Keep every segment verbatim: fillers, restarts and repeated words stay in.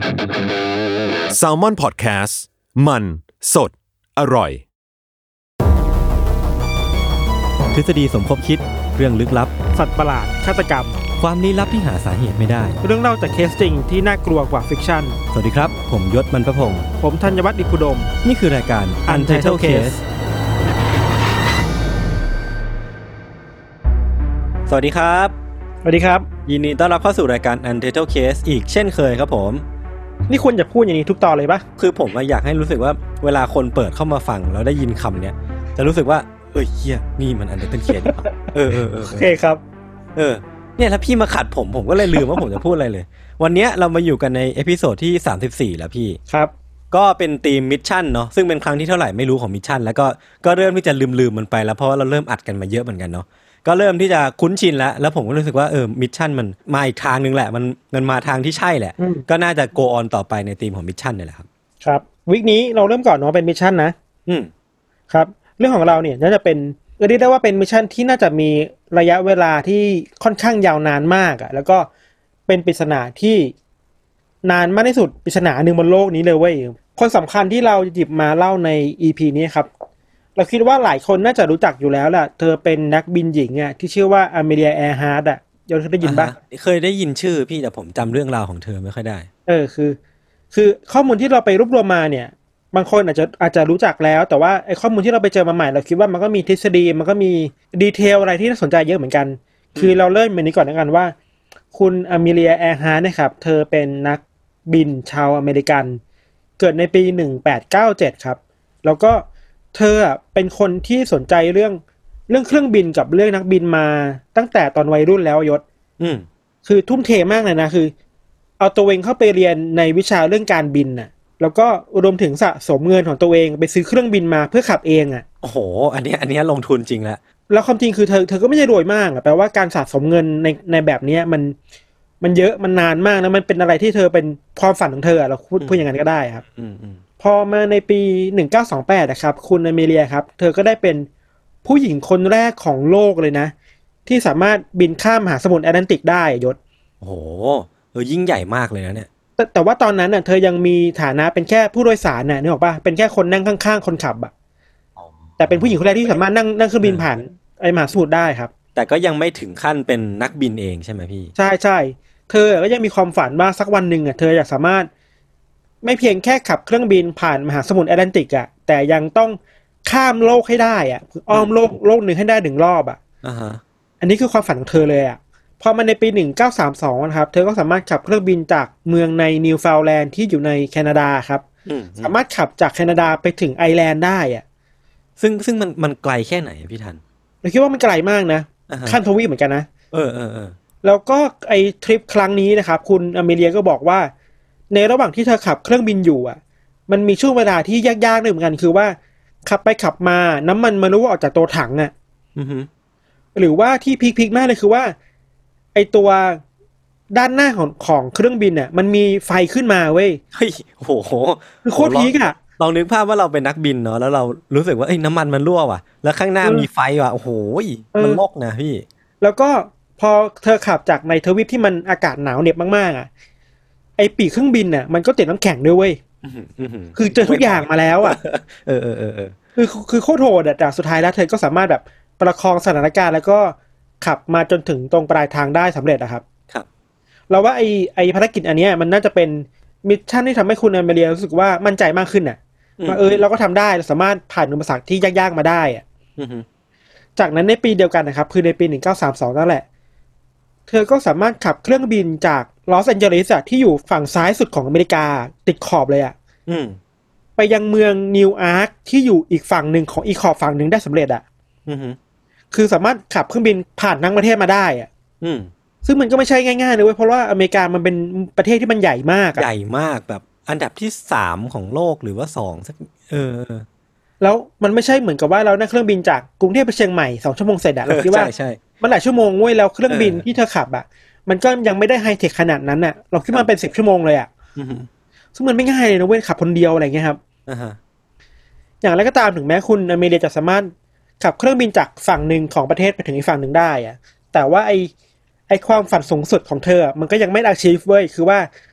Salmon Podcast มันสดอร่อยทฤษฎีสมคบคิดเรื่องลึกลับสัตว์ประหลาดฆาตกรรมความลี้ลับที่หาสาเหตุไม่ได้เรื่องเล่าจากเคสจริงที่น่ากลัวกว่าฟิกชั่นสวัสดีครับผมยศมันประพงษ์ผมธัญวัฒน์อิพุดมนี่คือรายการ Untitled Case สวัสดีครับสวัสดีครับยินดีต้อนรับเข้าสู่รายการ Untitled Case อีกเช่นเคยครับผมนี่ควรจะพูดอย่างนี้ทุกตอนเลยปะคือผมอยากให้รู้สึกว่าเวลาคนเปิดเข้ามาฟังแล้วได้ยินคำเนี้ยจะรู้สึกว่าเอ้ยเหี้ยนี่มัน Untitled Case ป่ะเออๆๆโอเคครับเออเนี่ยถ้าพี่มาขัดผมผมก็เลยลืมว่าผมจะพูดอะไรเลยวันนี้เรามาอยู่กันในเอพิโซดที่สามสิบสี่แล้วพี่ครับก็เป็นธีมมิชชั่นเนาะซึ่งเป็นครั้งที่เท่าไหร่ไม่รู้ของมิชชั่นแล้วก็ก็เริ่มที่จะลืมๆมันไปแล้วเพราะว่าเราเริ่มอัดกันมาเยอะเหมือนกันเนาะก็เริ่มที่จะคุ้นชินแล้วแล้วผมก็รู้สึกว่าเออมิชชั่นมันมาอีกทางนึงแหละมันมันมาทางที่ใช่แหละก็น่าจะโกออนต่อไปในธีมของมิชชั่นนี่แหละครับครับวีคนี้เราเริ่มก่อนเนาะเป็นมิชชั่นนะอืมครับเรื่องของเราเนี่ยน่าจะเป็นเรียกได้ว่าเป็นมิชชั่นที่น่าจะมีระยะเวลาที่ค่อนข้างยาวนานมากอ่ะแล้วก็เป็นปริศนาที่นานมากที่สุดปริศนาหนึ่งบนโลกนี้เลยเว้ยคนสำคัญที่เราหยิบมาเล่าใน อี พี นี้ครับเราคิดว่าหลายคนน่าจะรู้จักอยู่แล้วแหละเธอเป็นนักบินหญิงอ่ะที่ชื่อว่าอเมเลียแอร์ฮาร์ดอ่ะยศเคยได้ยินป่ะเคยได้ยินชื่อพี่แต่ผมจำเรื่องราวของเธอไม่ค่อยได้เออคือคือข้อมูลที่เราไปรวบรวมมาเนี่ยบางคนอาจจะอาจจะรู้จักแล้วแต่ว่าไอ้ข้อมูลที่เราไปเจอมาใหม่เราคิดว่ามันก็มีทฤษฎีมันก็มีดีเทลอะไรที่น่าสนใจเยอะเหมือนกันคือเราเริ่มแบบนี้ก่อนแล้วกันว่าคุณอเมเลียแอร์ฮาร์ดนะครับเธอเป็นนักบินชาวอเมริกันเกิดในปีหนึ่งแปดเก้าเจ็ดครับแล้วก็เธอเป็นคนที่สนใจเรื่องเรื่องเครื่องบินกับเรื่องนักบินมาตั้งแต่ตอนวัยรุ่นแล้วยศอืมคือทุ่มเทมากเลยนะคือเอาตัวเองเข้าไปเรียนในวิชาเรื่องการบินน่ะแล้วก็รวมถึงสะสมเงินของตัวเองไปซื้อเครื่องบินมาเพื่อขับเองอ่ะโอ้โหอันนี้อันนี้ลงทุนจริงแล้วแล้วความจริงคือเธอเธอก็ไม่ใช่รวยมากอ่ะแปลว่าการสะสมเงินในในแบบนี้มันมันเยอะมันนานมากนะมันเป็นอะไรที่เธอเป็นความฝันของเธอเราพูดพูดอย่างนั้นก็ได้ครับอืมพอมาในปีหนึ่งเก้าสองแปดนะครับคุณอเมเลียครับเธอก็ได้เป็นผู้หญิงคนแรกของโลกเลยนะที่สามารถบินข้ามมหาสมุทรแอตแลนติกได้ยศโอ้โหเออยิ่งใหญ่มากเลยนะเนี่ยแต่แต่ว่าตอนนั้นน่ะเธอยังมีฐานะเป็นแค่ผู้โดยสารน่ะนึกออกป่ะเป็นแค่คนนั่งข้างๆคนขับอ่ะแต่เป็นผู้หญิงคนแรกที่สามารถนั่งนั่งเครื่องบินผ่านไอ้มหาสมุทรได้ครับแต่ก็ยังไม่ถึงขั้นเป็นนักบินเองใช่ไหมพี่ใช่ใช่เธอก็ยังมีความฝันว่าสักวันหนึ่งอ่ะเธออยากสามารถไม่เพียงแค่ขับเครื่องบินผ่านมหาสมุทรแอตแลนติกอ่ะแต่ยังต้องข้ามโลกให้ได้อ่ะอ้อมโลกโลกนึงให้ได้หนึ่งรอบอ่ะอ่าฮะอันนี้คือความฝันของเธอเลยอ่ะพอมาในปีหนึ่งเก้าสามสองนะครับเธอก็สามารถขับเครื่องบินจากเมืองในนิวฟาวด์แลนด์ที่อยู่ในแคนาดาครับสามารถขับจากแคนาดาไปถึงไอร์แลนด์ได้อ่ะซึ่งซึ่งมันมันไกลแค่ไหนพี่ทันเราคิดว่ามันไกลมากนะ uh-huh. ข้ามทวีปเหมือนกันนะเออเออเออแล้วก็ไอทริปครั้งนี้นะครับคุณอเมเลียก็บอกว่าในระหว่างที่เธอขับเครื่องบินอยู่อ่ะมันมีช่วงเวลาที่ยากๆด้วยเหมือนกันคือว่าขับไปขับมาน้ำมันมันรั่วออกจากตัวถังอ่ะอือฮึหรือว่าที่พีคๆมากเลยคือว่าไอตัวด้านหน้าของของเครื่องบินน่ะมันมีไฟขึ้นมาเว้ยเฮ้ยโอ้โหคือโคตรพีคอ่ะลองนึกภาพว่าเราเป็นนักบินเนาะแล้วเรารู้สึกว่าเอ้ยน้ำมันมันรั่วว่ะแล้วข้างหน้ามีไฟว่ะโอ้โหมันโลกนะพี่แล้วก็พอเธอขับจากในทวีปที่มันอากาศหนาวเหน็บมากๆอ่ะไอปีกเครื่องบินน่ะมันก็ติดน้ำแข็งด้วยเว้ยคือเจอทุกอย่างมาแล้วอ่ะเออเออเออคือคือโคตรโหดแต่สุดท้ายแล้วเธอก็สามารถแบบประคองสถานการณ์แล้วก็ขับมาจนถึงตรงปลายทางได้สำเร็จนะครับครับเราว่าไอไอภารกิจอันนี้มันน่าจะเป็นมิชชั่นที่ทำให้คุณอเมเลียรู้สึกว่ามั่นใจมากขึ้นน่ะว่าเออเราก็ทำได้เราสามารถผ่านอุปสรรคที่ยากๆมาได้อ่ะจากนั้นในปีเดียวกันนะครับคือในปีหนึ่งเก้าสามสองนั่นแหละเธอก็สามารถขับเครื่องบินจากลอสแอนเจลิสที่อยู่ฝั่งซ้ายสุดของอเมริกาติดขอบเลยอ่ะไปยังเมืองนิวอาร์คที่อยู่อีกฝั่งหนึ่งของอีกขอบฝั่งหนึ่งได้สำเร็จอ่ะคือสามารถขับเครื่องบินผ่านทั้งประเทศมาได้อ่ะซึ่งมันก็ไม่ใช่ง่ายๆเลยเว้ยเพราะว่าอเมริกามันเป็นประเทศที่มันใหญ่มากใหญ่มากแบบอันดับที่สามของโลกหรือว่าสองสักเออแล้วมันไม่ใช่เหมือนกับว่าเรานั่งเครื่องบินจากกรุงเทพไปเชียงใหม่สองชั่วโมงเสร็จอะเราคิดว่ามันหลายชั่วโมงเว้ยแล้วเครื่องบินที่เธอขับอะมันก็ยังไม่ได้ไฮเทคขนาดนั้นอะเราคิดว่าเป็นสิบชั่วโมงเลยอะซึ่งมันไม่ง่ายเลยนะเว้ยขับคนเดียวอะไรเงี้ยครับอย่างไรก็ตามถึงแม้คุณอเมริกาจะสามารถขับเครื่องบินจากฝั่งหนึ่งของประเทศไปถึงอีกฝั่งหนึ่งได้อะแต่ว่าไอไอความฝันสูงสุดของเธอมันก็ยังไม่ achieve เว้ยคือว่า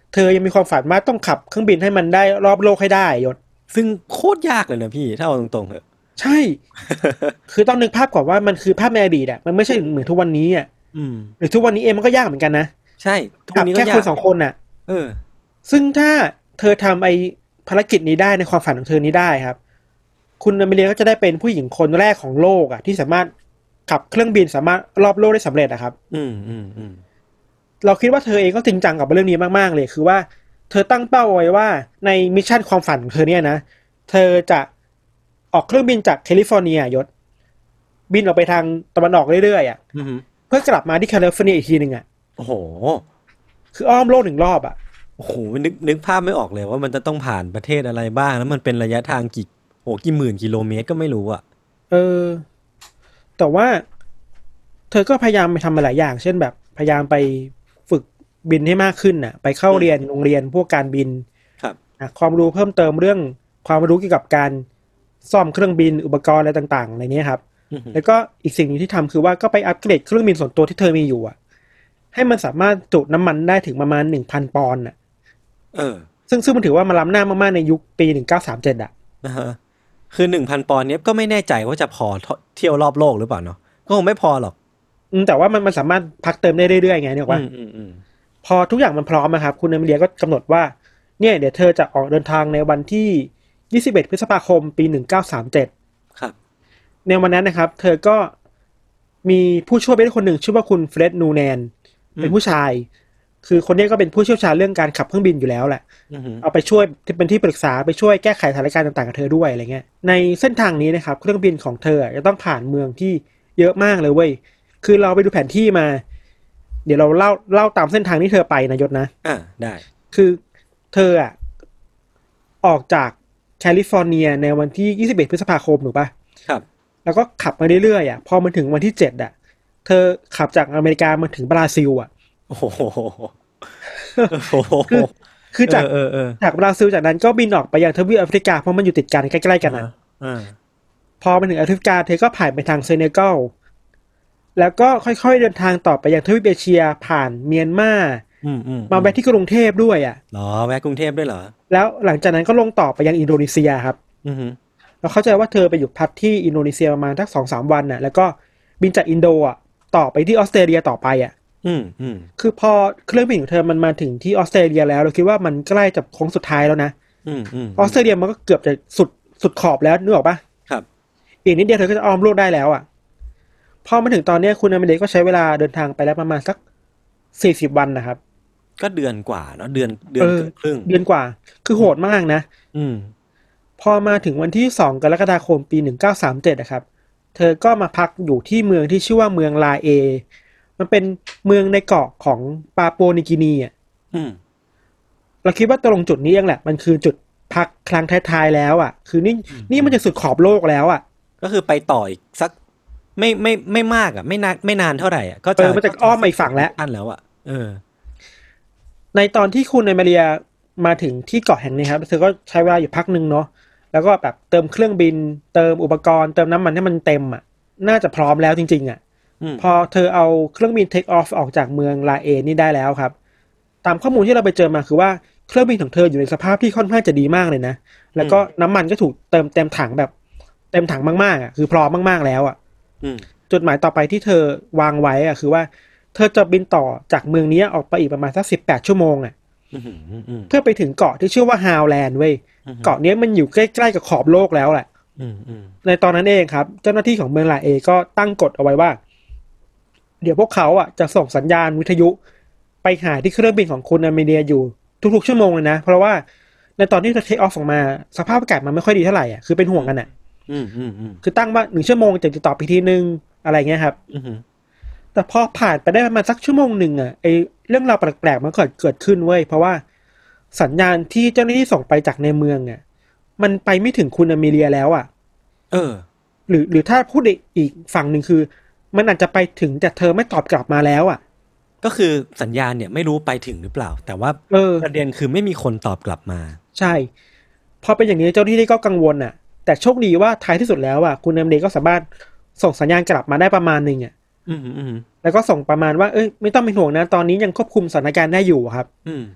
เธอยังมีความฝันว่าต้องขับเครื่องบินให้มันได้รอบโลกให้ได้ยศซึ่งโคตรยากเลยนะพี่ถ้าเอาตรงๆเหอะใช่ คือต้องนึกภาพก่อนว่ามันคือภาพในอดีตอ่ะมันไม่ใช่เหมือนทุกวันนี้อ่ะหรือทุกวันนี้เองมันก็ยากเหมือนกันนะใช่ทุกวันนี้ก็ยากแค่คนสองคนอ่ะเออซึ่งถ้าเธอทำไอ้ภารกิจนี้ได้ในความฝันของเธอนี้ได้ครับคุณอเมเลียก็จะได้เป็นผู้หญิงคนแรกของโลกอ่ะที่สามารถขับเครื่องบินสามารถรอบโลกได้สำเร็จอะครับอืมอืมอืมเราคิดว่าเธอเองก็จริงจังกับเรื่องนี้มากๆเลยคือว่าเธอตั้งเป้าไว้ว่าในมิชชั่นความฝันของเธอเนี่ยนะเธอจะออกเครื่องบินจากแคลิฟอร์เนียยศบินออกไปทางตะวันออกเรื่อยๆอ่ะเพื่อกลับมาที่แคลิฟอร์เนียอีกทีนึงอ่ะโอ้โหคืออ้อมโลกหนึ่งรอบอ่ะโอ้โหนึกนึกภาพไม่ออกเลยว่ามันจะต้องผ่านประเทศอะไรบ้างแล้วมันเป็นระยะทางกี่โหกี่หมื่นกิโลเมตรก็ไม่รู้อ่ะเออแต่ว่าเธอก็พยายามไปทำหลายอย่างเช่นแบบพยายามไปฝึกบินให้มากขึ้นน่ะไปเข้าเรียนโรงเรียนพวกการบินครับความรู้เพิ่มเติมเรื่องความรู้เกี่ยวกับการซ่อมเครื่องบินอุปกรณ์อะไรต่างๆอะไรเนี้ยครับแล้วก็อีกสิ่งนึงที่ทำคือว่าก็ไปอัปเกรดเครื่องบินส่วนตัวที่เธอมีอยู่อ่ะให้มันสามารถจุน้ำมันได้ถึงประมาณ หนึ่งพัน ปอนด์น่ะเออซึ่งซึ่งมันถือว่ามันล้ำหน้ามากๆในยุคปีหนึ่งพันเก้าร้อยสามสิบเจ็ดอ่ะนะฮะคือ หนึ่งพัน ปอนด์เนี้ยก็ไม่แน่ใจว่าจะพอเที่ยวรอบโลกหรือเปล่าเนาะก็คงไม่พอหรอกอืมแต่ว่ามันมันสามารถพักเติมได้เรื่อยๆไงเนี่ยว่าพอทุกอย่างมันพร้อมนะครับคุณอเมเลียก็กำหนดว่าเนี่ยเดี๋ยวเธอจะออกเดินทางในวันที่ยี่สิบเอ็ดพฤษภาคมปีหนึ่งพันเก้าร้อยสามสิบเจ็ดครับในวันนั้นนะครับเธอก็มีผู้ช่วยเป็นคนหนึ่งชื่อว่าคุณเฟร็ดนูแนนเป็นผู้ชายคือคนนี้ก็เป็นผู้เชี่ยวชาญเรื่องการขับเครื่องบินอยู่แล้วแหละเอาไปช่วยเป็นที่ปรึกษาไปช่วยแก้ไขสถานการณ์ต่างๆกับเธอด้วยอะไรเงี้ยในเส้นทางนี้นะครับเครื่องบินของเธอจะต้องผ่านเมืองที่เยอะมากเลยเว้ยคือเราไปดูแผนที่มาเดี๋ยวเราเล่าเล่าตามเส้นทางที่เธอไปนะยศนะอ่าได้คือเธออ่ะออกจากแคลิฟอร์เนียในวันที่ยี่สิบเอ็ดพฤษภาคมถูกป่ะครับแล้วก็ขับมาเรื่อยๆอ่ะพอมาถึงวันที่เจ็ดอ่ะเธอขับจากอเมริกามาถึงบราซิลอ่ะโอ้โหคือคือจากจากบราซิลจากนั้นก็บินออกไปยังทวีปแอฟริกาเพราะมันอยู่ติดกันใกล้ๆกันอ่ะพอมาถึงแอฟริกาเธอก็ผ่านไปทางเซเนกัลแล้วก็ค่อยๆเดินทางต่อไปยังทวีปเอเชียผ่านเมียนมามาแวะที่กรุงเทพด้วยอ่ะหรอแวะกรุงเทพด้วยเหรอแล้วหลังจากนั้นก็ลงต่อไปยังอินโดนีเซียครับเราเข้าใจว่าเธอไปอยู่พักที่อินโดนีเซียประมาณสัก สองถึงสาม วันน่ะแล้วก็บินจากอินโดอ่ะต่อไปที่ออสเตรเลียต่อไปอ่ะอืมอืมคือพอเครื่องบินของเธอมันมาถึงที่ออสเตรเลียแล้วเราคิดว่ามันใกล้จะโค้งสุดท้ายแล้วนะอืมอืมออสเตรเลียมันก็เกือบจะสุดสุดขอบแล้วนึกออกปะครับอีกนิดเดียวเธอก็จะอ้อมโลกได้แล้วอ่ะพอมาถึงตอนนี้คุณอเมริกก็ใช้เวลาเดินทางไปแล้วประมาณสักสี่สิบวันนะครับก็เดือนกว่าเนาะเดือนเดือนครึ่งเดือนกว่าคือโหดมากนะอืมพอมาถึงวันที่สองกรกฎาคมปีหนึ่งพันเก้าร้อยสามสิบเจ็ดนะครับเธอก็มาพักอยู่ที่เมืองที่ชื่อว่าเมืองลาเอมันเป็นเมืองในเกาะของปาปัวนิวกินีอ่ะเราคิดว่าตรงจุดนี้เองแหละมันคือจุดพักครั้งท้ายๆแล้วอ่ะคือนี่นี่มันจะสุดขอบโลกแล้วอ่ะก็คือไปต่ออีกสักไม่ไม่ไม่มากอ่ะไม่นานไม่นานเท่าไหร่อ่ะก็จะมันจะอ้อมไปฝั่งแล้วอันแล้วอ่ะเออในตอนที่คุณในมาเรียมาถึงที่เกาะแห่งนี้ครับเธอก็ใช้เวลาอยู่พักนึงเนาะแล้วก็แบบเติมเครื่องบินเติมอุปกรณ์เติมน้ำมันให้มันเต็มอ่ะน่าจะพร้อมแล้วจริงๆอ่ะพอเธอเอาเครื่องบินเทคออฟออกจากเมืองลาเอนี่ได้แล้วครับตามข้อมูลที่เราไปเจอมาคือว่าเครื่องบินของเธออยู่ในสภาพที่ค่อนข้างจะดีมากเลยนะแล้วก็น้ำมันก็ถูกเติมเต็มถังแบบเต็มถังมากๆอ่ะคือพร้อมมากๆแล้วอ่ะจุดหมายต่อไปที่เธอวางไว้อ่ะคือว่าเธอจะบินต่อจากเมืองนี้ออกไปอีกประมาณสักสิบแปดชั่วโมงอ่ะเพื่อไปถึงเกาะที่ชื่อว่าฮาวแลนด์เว้ยเกาะนี้มันอยู่ใกล้ๆกับขอบโลกแล้วแหละในตอนนั้นเองครับเจ้าหน้าที่ของเมืองลาเอก็ตั้งกฎเอาไว้ว่าเดี๋ยวพวกเขาอ่ะจะส่งสัญญาณวิทยุไปหาที่เครื่องบินของคุณอเมเรียอยู่ทุกๆชั่วโมงเลยนะเพราะว่าในตอนที่เธอเทคออฟออกมาสภาพอากาศมันไม่ค่อยดีเท่าไหร่อ่ะคือเป็นห่วงกันอ่ะคือตั้งว่าหนึ่งชั่วโมงจะติดต่อไปทีนึงอะไรเงี้ยครับแต่พอผ่านไปได้ประมาณสักชั่วโมงหนึ่งอ่ะไอเรื่องราวแปลกๆมันเกิดเกิดขึ้นเว้ยเพราะว่าสัญญาณที่เจ้าหน้าที่ส่งไปจากในเมืองอ่ะมันไปไม่ถึงคุณอเมเรียแล้วอ่ะเออหรือหรือถ้าพูดอีกฝั่งหนึ่งคือมันอาจจะไปถึงแต่เธอไม่ตอบกลับมาแล้วอ่ะก็คือสัญญาณเนี่ยไม่รู้ไปถึงหรือเปล่าแต่ว่าประเด็นคือไม่มีคนตอบกลับมาใช่พอเป็นอย่างนี้เจ้าหน้าที่ก็กังวลอ่ะแต่โชคดีว่าท้ายที่สุดแล้วอ่ะคุณอเมเรียก็สามารถส่งสัญญาณกลับมาได้ประมาณนึงอ่ะอืมอืมแล้วก็ส่งประมาณว่าเอ้ยไม่ต้องเป็นห่วงนะตอนนี้ยังควบคุมสถานการณ์ได้อยู่ครับอืม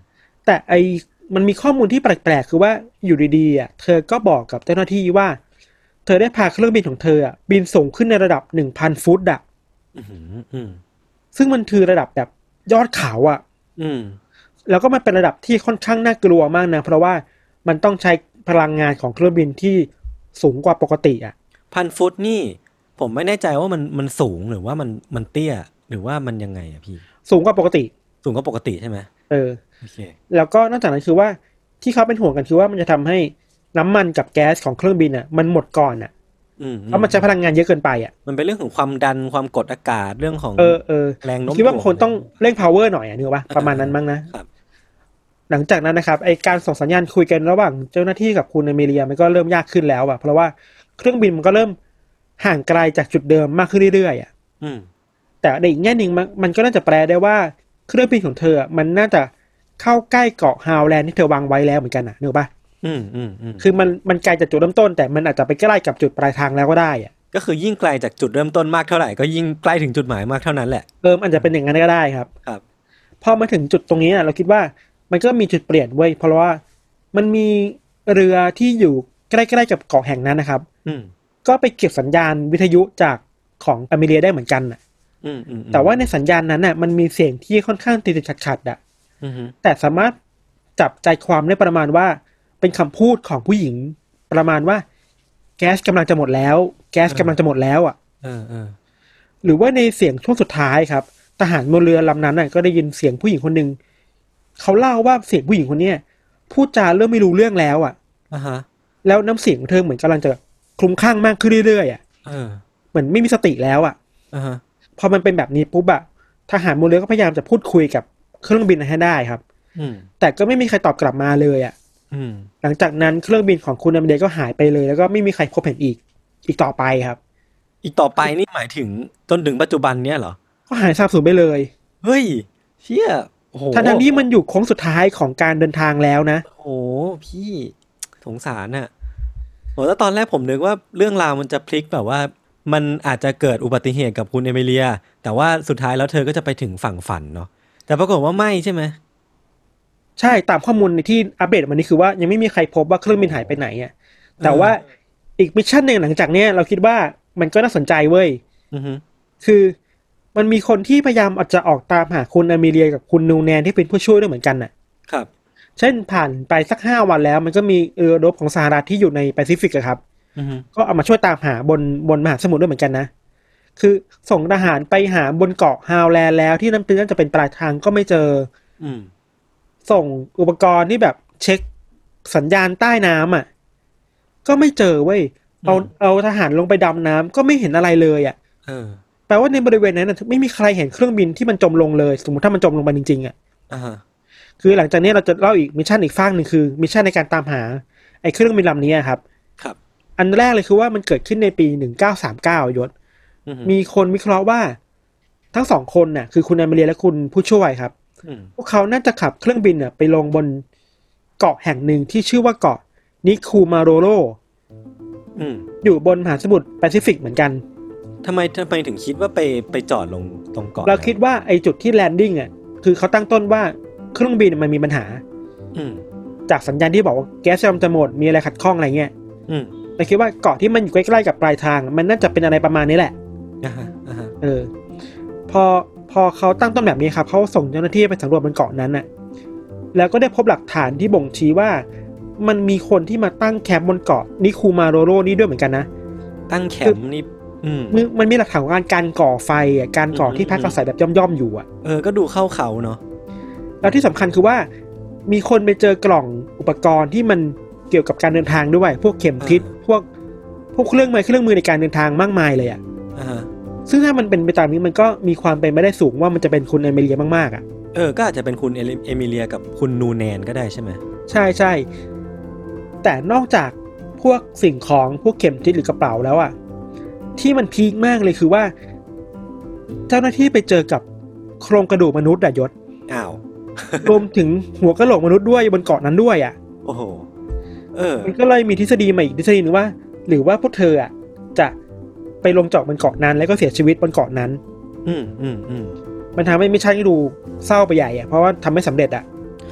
แต่ไอมันมีข้อมูลที่แปลกๆคือว่าอยู่ดีๆอ่ะเธอก็บอกกับเจ้าหน้าที่ว่าเธอได้พาเครื่องบินของเธออ่ะบินสูงขึ้นในระดับ หนึ่งพัน ฟุตอ่ะซึ่งมันคือระดับแบบยอดเขาอ่ะแล้วก็มันเป็นระดับที่ค่อนข้างน่ากลัวมากนะเพราะว่ามันต้องใช้พลังงานของเครื่องบินที่สูงกว่าปกติอ่ะพันฟุตนี่ผมไม่แน่ใจว่ามันมันสูงหรือว่ามันมันเตี้ยหรือว่ามันยังไงอ่ะพี่สูงกว่าปกติสูงกว่าปกติใช่ไหมเออโอเคแล้วก็นอกจากนั้นคือว่าที่เขาเป็นห่วงกันคือว่ามันจะทำให้น้ำมันกับแก๊สของเครื่องบินอ่ะมันหมดก่อนอ่ะเพราะมันใช้พลังงานเยอะเกินไปอ่ะมันเป็นเรื่องของความดันความกดอากาศเรื่องของเออเออแรงโน้มถ่วงคิดว่าคนต้องเร่ง power หน่อยอ่ะนึกว่าประมาณนั้นมั้งนะครับหลังจากนั้นนะครับไอการส่งสัญญาณคุยกันระหว่างเจ้าหน้าที่กับคุณอเมเรียมันก็เริ่มยากขึ้นแล้วอ่ะเพราะว่าเครื่องบินมันก็เริ่มห่างไกลจากจุดเดิมมากขึ้นเรื่อยๆอ่ะแต่ในอีกแง่นึงมันก็น่าจะแปลได้ว่าเครื่องบินของเธอมันน่าจะเข้าใกล้เกาะฮาวแลนด์ที่เธอวางไว้แล้วเหมือนกันน่ะนึกป่ะอืมอืมอืมคือมันมันไกลจากจุดเริ่มต้นแต่มันอาจจะไปใกล้กับจุดปลายทางแล้วก็ได้อ่ะก็คือยิ่งไกลจากจุดเริ่มต้นมากเท่าไหร่ก็ยิ่งใกล้ถึงจุดหมายมากเท่านั้นแหละเอออาจจะเป็นอย่างนั้นก็ได้ครับครับพอมาถึงจุดตรงนี้เราคิดว่ามันก็มีจุดเปลี่ยนเว้ยเพราะว่ามันมีเรือที่อยู่ใกล้ๆกับเกาะแห่งนั้นนะครับอืมก็ไปเก็บสัญญาณวิทยุจากของอเมริกาได้เหมือนกันน่ะอืมอืมแต่ว่าในสัญญาณนั้นน่ะมันมีเสียงที่ค่อนข้างติดๆขัดๆอ่ะแต่สามารถจับใจความได้ประมาณว่าเป็นคำพูดของผู้หญิงประมาณว่าแก๊สกำลังจะหมดแล้วแก๊สกำลังจะหมดแล้วอ่ะเออเออหรือว่าในเสียงช่วงสุดท้ายครับทหารบนเรือลำนั้นน่ะก็ได้ยินเสียงผู้หญิงคนหนึ่งเขาเล่าว่าเสียงผู้หญิงคนเนี้ยพูดจาเริ่มไม่รู้เรื่องแล้วอ่ะอ่าฮะแล้วน้ำเสียงของเธอเหมือนกำลังจะคลุ้มคลั่งมากขึ้นเรื่อยๆอ่ะเออเหมือนไม่มีสติแล้วอ่ะอ่าฮะพอมันเป็นแบบนี้ปุ๊บอ่ะทหารบนเรือก็พยายามจะพูดคุยกับเครื่องบินให้ได้ครับแต่ก็ไม่มีใครตอบกลับมาเลยอ่ะหลังจากนั้นเครื่องบินของคุณอเมริกาก็หายไปเลยแล้วก็ไม่มีใครพบเห็นอีกอีกต่อไปครับอีกต่อไปนี่หมายถึงจนถึงปัจจุบันเนี้ยเหรอก็หายสาบสูญไปเลยเฮ้ยเชี่ยโอ้โหทั้งที่มันอยู่โค้งสุดท้ายของการเดินทางแล้วนะโอ้พี่สงสารน่ะโหแล้วตอนแรกผมนึกว่าเรื่องราวมันจะพลิกแบบว่ามันอาจจะเกิดอุบัติเหตุกับคุณเอมิเลียแต่ว่าสุดท้ายแล้วเธอก็จะไปถึงฝั่งฝันเนาะแต่ปรากฏว่าไม่ใช่ไหมใช่ตามข้อมูลที่อัปเดตมานี้คือว่ายังไม่มีใครพบว่าเครื่องบินหายไปไหนอ่ะแต่ว่าอีกมิชชั่นหนึ่งหลังจากเนี้ยเราคิดว่ามันก็น่าสนใจเว้ยคือมันมีคนที่พยายามอาจจะออกตามหาคุณอเมเลียกับคุณนูแนนที่เป็นผู้ช่วยด้วยเหมือนกันน่ะครับเช่นผ่านไปสักห้าวันแล้วมันก็มีเรือรบของสหรัฐที่อยู่ในแปซิฟิกอะครับก็เอามาช่วยตามหาบนบนมหาสมุทรด้วยเหมือนกันนะคือส่งทหารไปหาบนเกาะฮาวแลนด์แล้วที่นั่นน่าจะเป็นปลายทางก็ไม่เจอส่งอุปกรณ์ที่แบบเช็คสัญญาณใต้น้ำอ่ะก็ไม่เจอเว้ยเอาเอาทหารลงไปดำน้ำก็ไม่เห็นอะไรเลยอ่ะแปลว่าในบริเวณนั้นไม่มีใครเห็นเครื่องบินที่มันจมลงเลยสมมติถ้ามันจมลงไปจริงๆอ่ะคือหลังจากนี้เราจะเล่าอีกมิชชั่นอีกฝั่งหนึ่งคือมิชชั่นในการตามหาไอ้เครื่องบินลำนี้ครับครับอันแรกเลยคือว่ามันเกิดขึ้นในปีหนึ่งเก้าสามเก้ายศมีคนวิเคราะห์ว่าทั้งสองคนน่ะคือคุณอเมเรียและคุณผู้ช่วยครับพวกเขาน่าจะขับเครื่องบินน่ะไปลงบนเกาะแห่งหนึ่งที่ชื่อว่าเกาะนิคูมาโรโรอยู่บนมหาสมุทรแปซิฟิกเหมือนกันทำไมทำไมถึงคิดว่าไปไปจอดลงตรงเกาะเราคิดว่าไอ้จุดที่แลนดิ้งอ่ะคือเขาตั้งต้นว่าเครื่องบินมันมีปัญหาจากสัญญาณที่บอกว่าแก๊สกำลังจะหมดมีอะไรขัดข้องอะไรเงี้ยเราคิดว่าเกาะที่มันอยู่ใกล้ๆกับปลายทางมันน่าจะเป็นอะไรประมาณนี้แหละเออพอพอเขาตั้งต้นแบบนี้ครับเขาส่งเจ้าหน้าที่ไปสำรวจบนเกาะนั้นน่ะแล้วก็ได้พบหลักฐานที่บ่งชี้ว่ามันมีคนที่มาตั้งแคมป์บนเกาะนิคูมาโรโรนี่ด้วยเหมือนกันนะตั้งแคมป์นี่มันมีหลักฐานของการการก่อไฟอ่ะการก่อที่พักอาศัยแบบย่อมๆอยู่อ่ะเออก็ดูเข้าเขาเนาะแล้วที่สำคัญคือว่ามีคนไปเจอกล่องอุปกรณ์ที่มันเกี่ยวกับการเดินทางด้วยพวกเข็มทิศพวกพวกเครื่องมือเครื่องมือในการเดินทางมากมายเลยอ่ะซึ่งถ้ามันเป็นไปตามนี้มันก็มีความเป็นไปได้สูงว่ามันจะเป็นคุณเอมิเลียมากๆอ่ะเออก็อาจจะเป็นคุณเอมิเลียกับคุณนูแนนก็ได้ใช่ไหมใช่ใช่แต่นอกจากพวกสิ่งของพวกเข็มทิศหรือกระเป๋าแล้วอ่ะที่มันพีคมากเลยคือว่าเจ้าหน้าที่ไปเจอกับโครงกระดูกมนุษย์อะยศอ้าวรวมถึงหัวกะโหลกมนุษย์ด้วยบนเกาะนั้นด้วยอ่ะโอ้โหเออมันก็เลยมีทฤษฎีใหม่อีกทฤษฎีนึงว่าหรือว่าพวกเธออ่ะจะไปลงเจาะบนเกาะนั้นแล้วก็เสียชีวิตบนเกาะนั้นอืมอืมอืมมันทำให้มิชชั่นดูเศร้าไปใหญ่อ่ะเพราะว่าทำไม่สำเร็จอ่ะ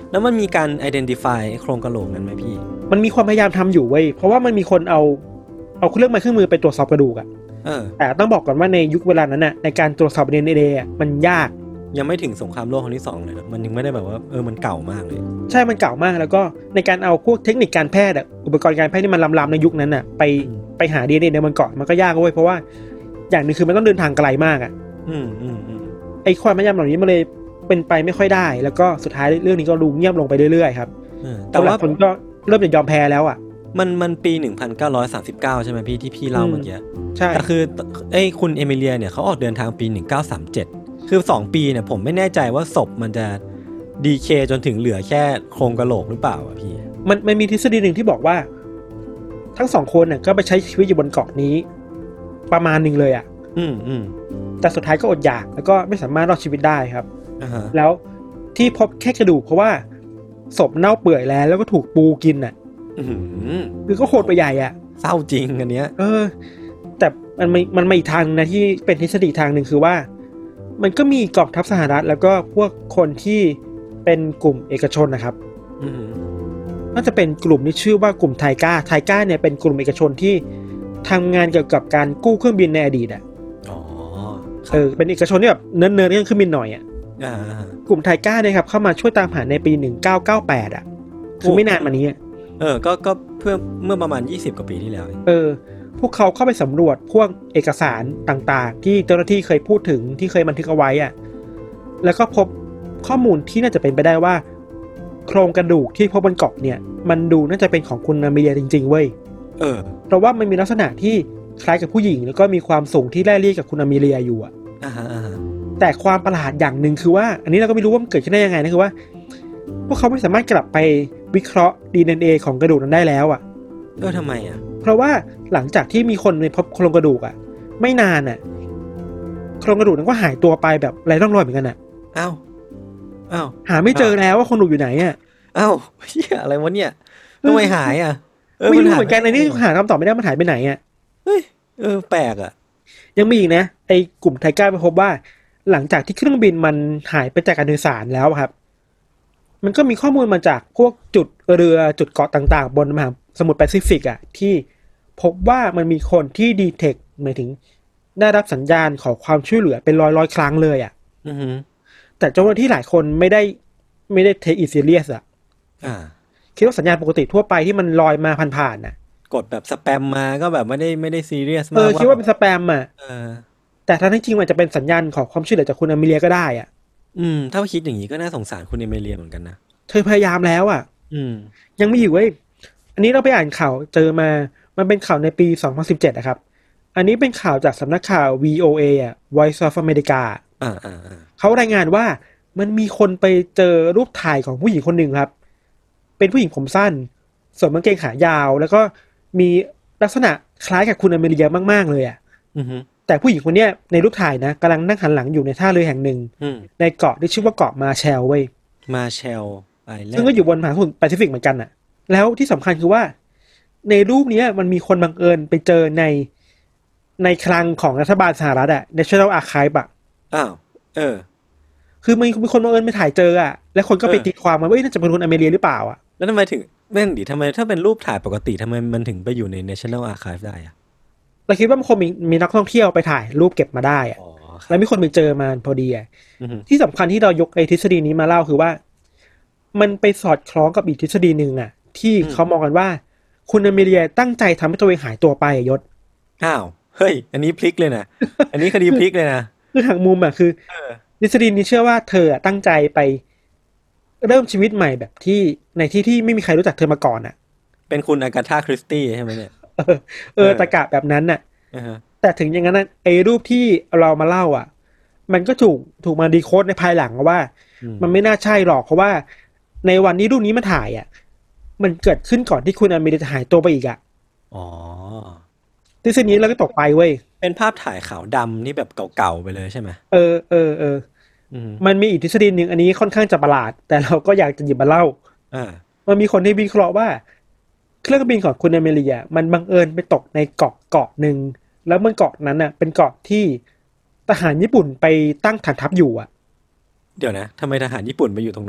แล้วมันมีการ identify โครงกะโหลกนั้นไหมพี่มันมีความพยายามทำอยู่เว้ยเพราะว่ามันมีคนเอาเอาเครื่องไม้เครื่องมือไปตรวจสอบกระดูกอะเออแต่ต้องบอกก่อนว่าในยุคเวลานั้นน่ะในการตรวจสอบ ดี เอ็น เอ อ่ะมันยากยังไม่ถึงสงครามโลกครั้งที่สองเลยนะมันยังไม่ได้แบบว่าเออมันเก่ามากเลยใช่มันเก่ามากแล้วก็ในการเอาพวกเทคนิคการแพทย์อ่ะอุปกรณ์การแพทย์ที่มันล้ำๆในยุคนั้นน่ะไปไปหา ดี เอ็น เอ ในมันเกาะมันก็ยากเว้ยเพราะว่าอย่างนึงคือมันต้องเดินทางไกลมากอ่ะอืมอืมอืมไอ้ความพยายามเหล่านี้มันเลยเป็นไปไม่ค่อยได้แล้วก็สุดท้ายเรื่องนี้ก็ดูเงียบลงไปเรื่อยๆครับแต่ว่าคนก็เริ่มจะยอมแพ้แล้วอ่ะมันมันปีหนึ่งพันเก้าร้อยสามสิบเก้าใช่ไหมพี่ที่พี่เล่าเมื่อกี้ใช่แต่คือไอ้คุณเอมิเลียเนี่ยเขาออกเดินทางปีหนึ่งพันเก้าร้อยสามสิบเจ็ดคือสองปีเนี่ยผมไม่แน่ใจว่าศพมันจะดีเคจนถึงเหลือแค่โครงกะโหลกหรือเปล่าอ่ะพี่มันมันมีทฤษฎีหนึ่งที่บอกว่าทั้งสองคนน่ะก็ไปใช้ชีวิตอยู่บนเกาะนี้ประมาณนึงเลยอ่ะอืมอืมแต่สุดท้ายก็อดอยากแล้วก็ไม่สามารถรอดชีวิตได้ครับ uh-huh. แล้วที่พบแค่กระดูกเพราะว่าศพเน่าเปื่อยแล้วแล้วก็ถูกปูกินอ่ะคือก็โหดไปใหญ่อ่ะเศร้าจริงอันเนี้ยเออแต่มันไม่มันมาอีกทางนะที่เป็นทฤษฎีทางหนึ่งคือว่ามันก็มีกองทัพสหรัฐแล้วก็พวกคนที่เป็นกลุ่มเอกชนนะครับน่าจะเป็นกลุ่มที่ชื่อว่ากลุ่มไทก้าไทก้าเนี่ยเป็นกลุ่มเอกชนที่ทำงานเกี่ยวกับการกู้เครื่องบินในอดีตอ่ะอ๋อเออเป็นเอกชนที่แบบเนิร์ดๆเรื่องเครื่องบินหน่อยอ่ะกลุ่มไทก้าเนี่ยครับเข้ามาช่วยตามหาในปีหนึ่งพันเก้าร้อยเก้าสิบแปดอ่ะคือไม่นานมานี้เออก็ก็เพื่อเมื่อประมาณยี่สิบกว่าปีที่แล้วเออพวกเขาเข้าไปสำรวจพวกเอกสารต่างๆที่เจ้าหน้าที่เคยพูดถึงที่เคยบันทึกเอาไว้อ่ะแล้วก็พบข้อมูลที่น่าจะเป็นไปได้ว่าโครงกระดูกที่พบบนเกาะเนี่ยมันดูน่าจะเป็นของคุณอาเมเลียจริงๆเว้ยเออเพราะว่ามันมีลักษณะที่คล้ายกับผู้หญิงแล้วก็มีความสูงที่ไล่เลี่ยกับคุณอาเมเลียอยู่อ่ะอ่าฮะอ่าฮะแต่ความประหลาดอย่างนึงคือว่าอันนี้เราก็ไม่รู้ว่ามันเกิดขึ้นได้ยังไงนะคือว่าพวกเขาไม่สามารถกลับไปวิเคราะห์ ดี เอ็น เอ ของกระดูกนั้นได้แล้วอ่ะเออทำไมอ่ะเพราะว่าหลังจากที่มีคนไปพบโครงกระดูกอ่ะไม่นานอ่ะโครงกระดูกนั้นก็หายตัวไปแบบไร้ร่องรอยเหมือนกันอ่ะอ้าวอ้าวหาไม่เจอแล้วว่าโครงกระดูกอยู่ไหนอ่ะอ้าวเหี้ยอะไรวะเนี่ยทำไมหายอ่ะเออไม่รู้เหมือนกันในนี้หาคำตอบไม่ได้มันหายไปไหนอ่ะเฮ้ยเออแปลกอ่ะยังมีอีกนะไอ้กลุ่มไทก้าไปพบว่าหลังจากที่เครื่องบินมันหายไปจากการโดยสารแล้วครับมันก็มีข้อมูลมาจากพวกจุดเรือจุดเกาะต่างๆบนมหาสมุทรแปซิฟิกอ่ะที่พบว่ามันมีคนที่ดีเทคหมายถึงได้รับสัญญาณขอความช่วยเหลือเป็นร้อยๆครั้งเลยอ่ะอือฮึแต่เจ้าหน้าที่หลายคนไม่ได้ไม่ได้เทคอิทซีเรียสอ่ะอ่าคิดว่าสัญญาณปกติทั่วไปที่มันลอยมาผ่านๆน่ะกดแบบสแปมมาก็แบบไม่ได้ไม่ได้ซีเรียสมากเออคิดว่าเป็นสแปมอ่ะเออแต่ถ้าจริงๆมันจะเป็นสัญญาณขอความช่วยเหลือจากคุณอาเมเลียก็ได้อ่ะอืมถ้าคิดอย่างนี้ก็น่าสงสารคุณเอเมเลียเหมือนกันนะเธอพยายามแล้วอ่ะอืมยังไม่อยู่เว้ยอันนี้เราไปอ่านข่าวเจอมามันเป็นข่าวในปีสองพันสิบเจ็ดนะครับอันนี้เป็นข่าวจากสำนักข่าว วี โอ เอ อ่ะ Voice of America อ่าๆๆเขารายงานว่ามันมีคนไปเจอรูปถ่ายของผู้หญิงคนหนึ่งครับเป็นผู้หญิงผมสั้นสวมกางเกงขายาวแล้วก็มีลักษณะคล้ายกับคุณอเมริกามากๆเลยอ่ะอือฮึแต่ผู้หญิงคนนี้ในรูปถ่ายนะกำลังนั่งหันหลังอยู่ในท่าเรือแห่งหนึ่งในเกาะที่ชื่อว่าเกาะมาแชลเว้ยมาแชลซึ่งก็อยู่บนมหาสมุทรแปซิฟิกเหมือนกันน่ะแล้วที่สำคัญคือว่าในรูปนี้มันมีคนบังเอิญไปเจอในในคลังของรัฐบาลสหรัฐอ่ะ National Archive อ่ะอ้าวเออคือมีมีคนบังเอิญไปถ่ายเจออ่ะแล้วคนก็ไปตีความมาว่าน่าจะเป็นคนอเมริกาหรือเปล่าอ่ะแล้วทำไมถึงแม่งดิทำไมถ้าเป็นรูปถ่ายปกติทำไมมันถึงไปอยู่ใน National Archive ได้อ่ะเราคิดว่ามันคงมีมีนักท่องเที่ยวไปถ่ายรูปเก็บมาได้อ่ะแล้วมีคนไปเจอมาพอดีอ่ะที่สำคัญที่เรายกไอ้ทฤษฎีนี้มาเล่าคือว่ามันไปสอดคล้องกับอีกทฤษฎีหนึ่งอ่ะที่เขามองกันว่าคุณอเมริกาตั้งใจทำให้ตัวเองหายตัวไปยศอ้าวเฮ้ยอันนี้พลิกเลยนะอันนี้คดีพลิกเลยนะคือทางมุมอ่ะคือทฤษฎีนี้เชื่อว่าเธอตั้งใจไปเริ่มชีวิตใหม่แบบที่ในที่ที่ไม่มีใครรู้จักเธอมาก่อนอ่ะเป็นคุณอากาธาคริสตี้ใช่ไหมเนี่ยเออเออตะกะแบบนั้นน่ะแต่ถึงอย่างนั้นไอ้รูปที่เรามาเล่าอ่ะมันก็ถูกถูกมาดีโค้ดในภายหลังว่ามันไม่น่าใช่หรอกเพราะว่าในวันนี้รูปนี้มาถ่ายอ่ะมันเกิดขึ้นก่อนที่คุณอเมริกาหายตัวไปอีกอ่ะอ๋อทฤษฎีนี้เราก็ตกไปเว้ยเป็นภาพถ่ายขาวดำนี่แบบเก่าๆไปเลยใช่ไหมเออเออเออมันมีอีกทฤษฎีหนึ่งอันนี้ค่อนข้างจะประหลาดแต่เราก็อยากจะหยิบมาเล่าอ่ามันมีคนที่วิเคราะห์ว่าเครื่องบินของคุณอเมริกามันบังเอิญไปตกในเกาะเกาะหนึ่งแล้วบนเกาะนั้นน่ะเป็นเกาะที่ทหารญี่ปุ่นไปตั้งฐานทัพอยู่อ่ะเดี๋ยวนะทำไมทหารญี่ปุ่นไปอยู่ตรงนั้นนะ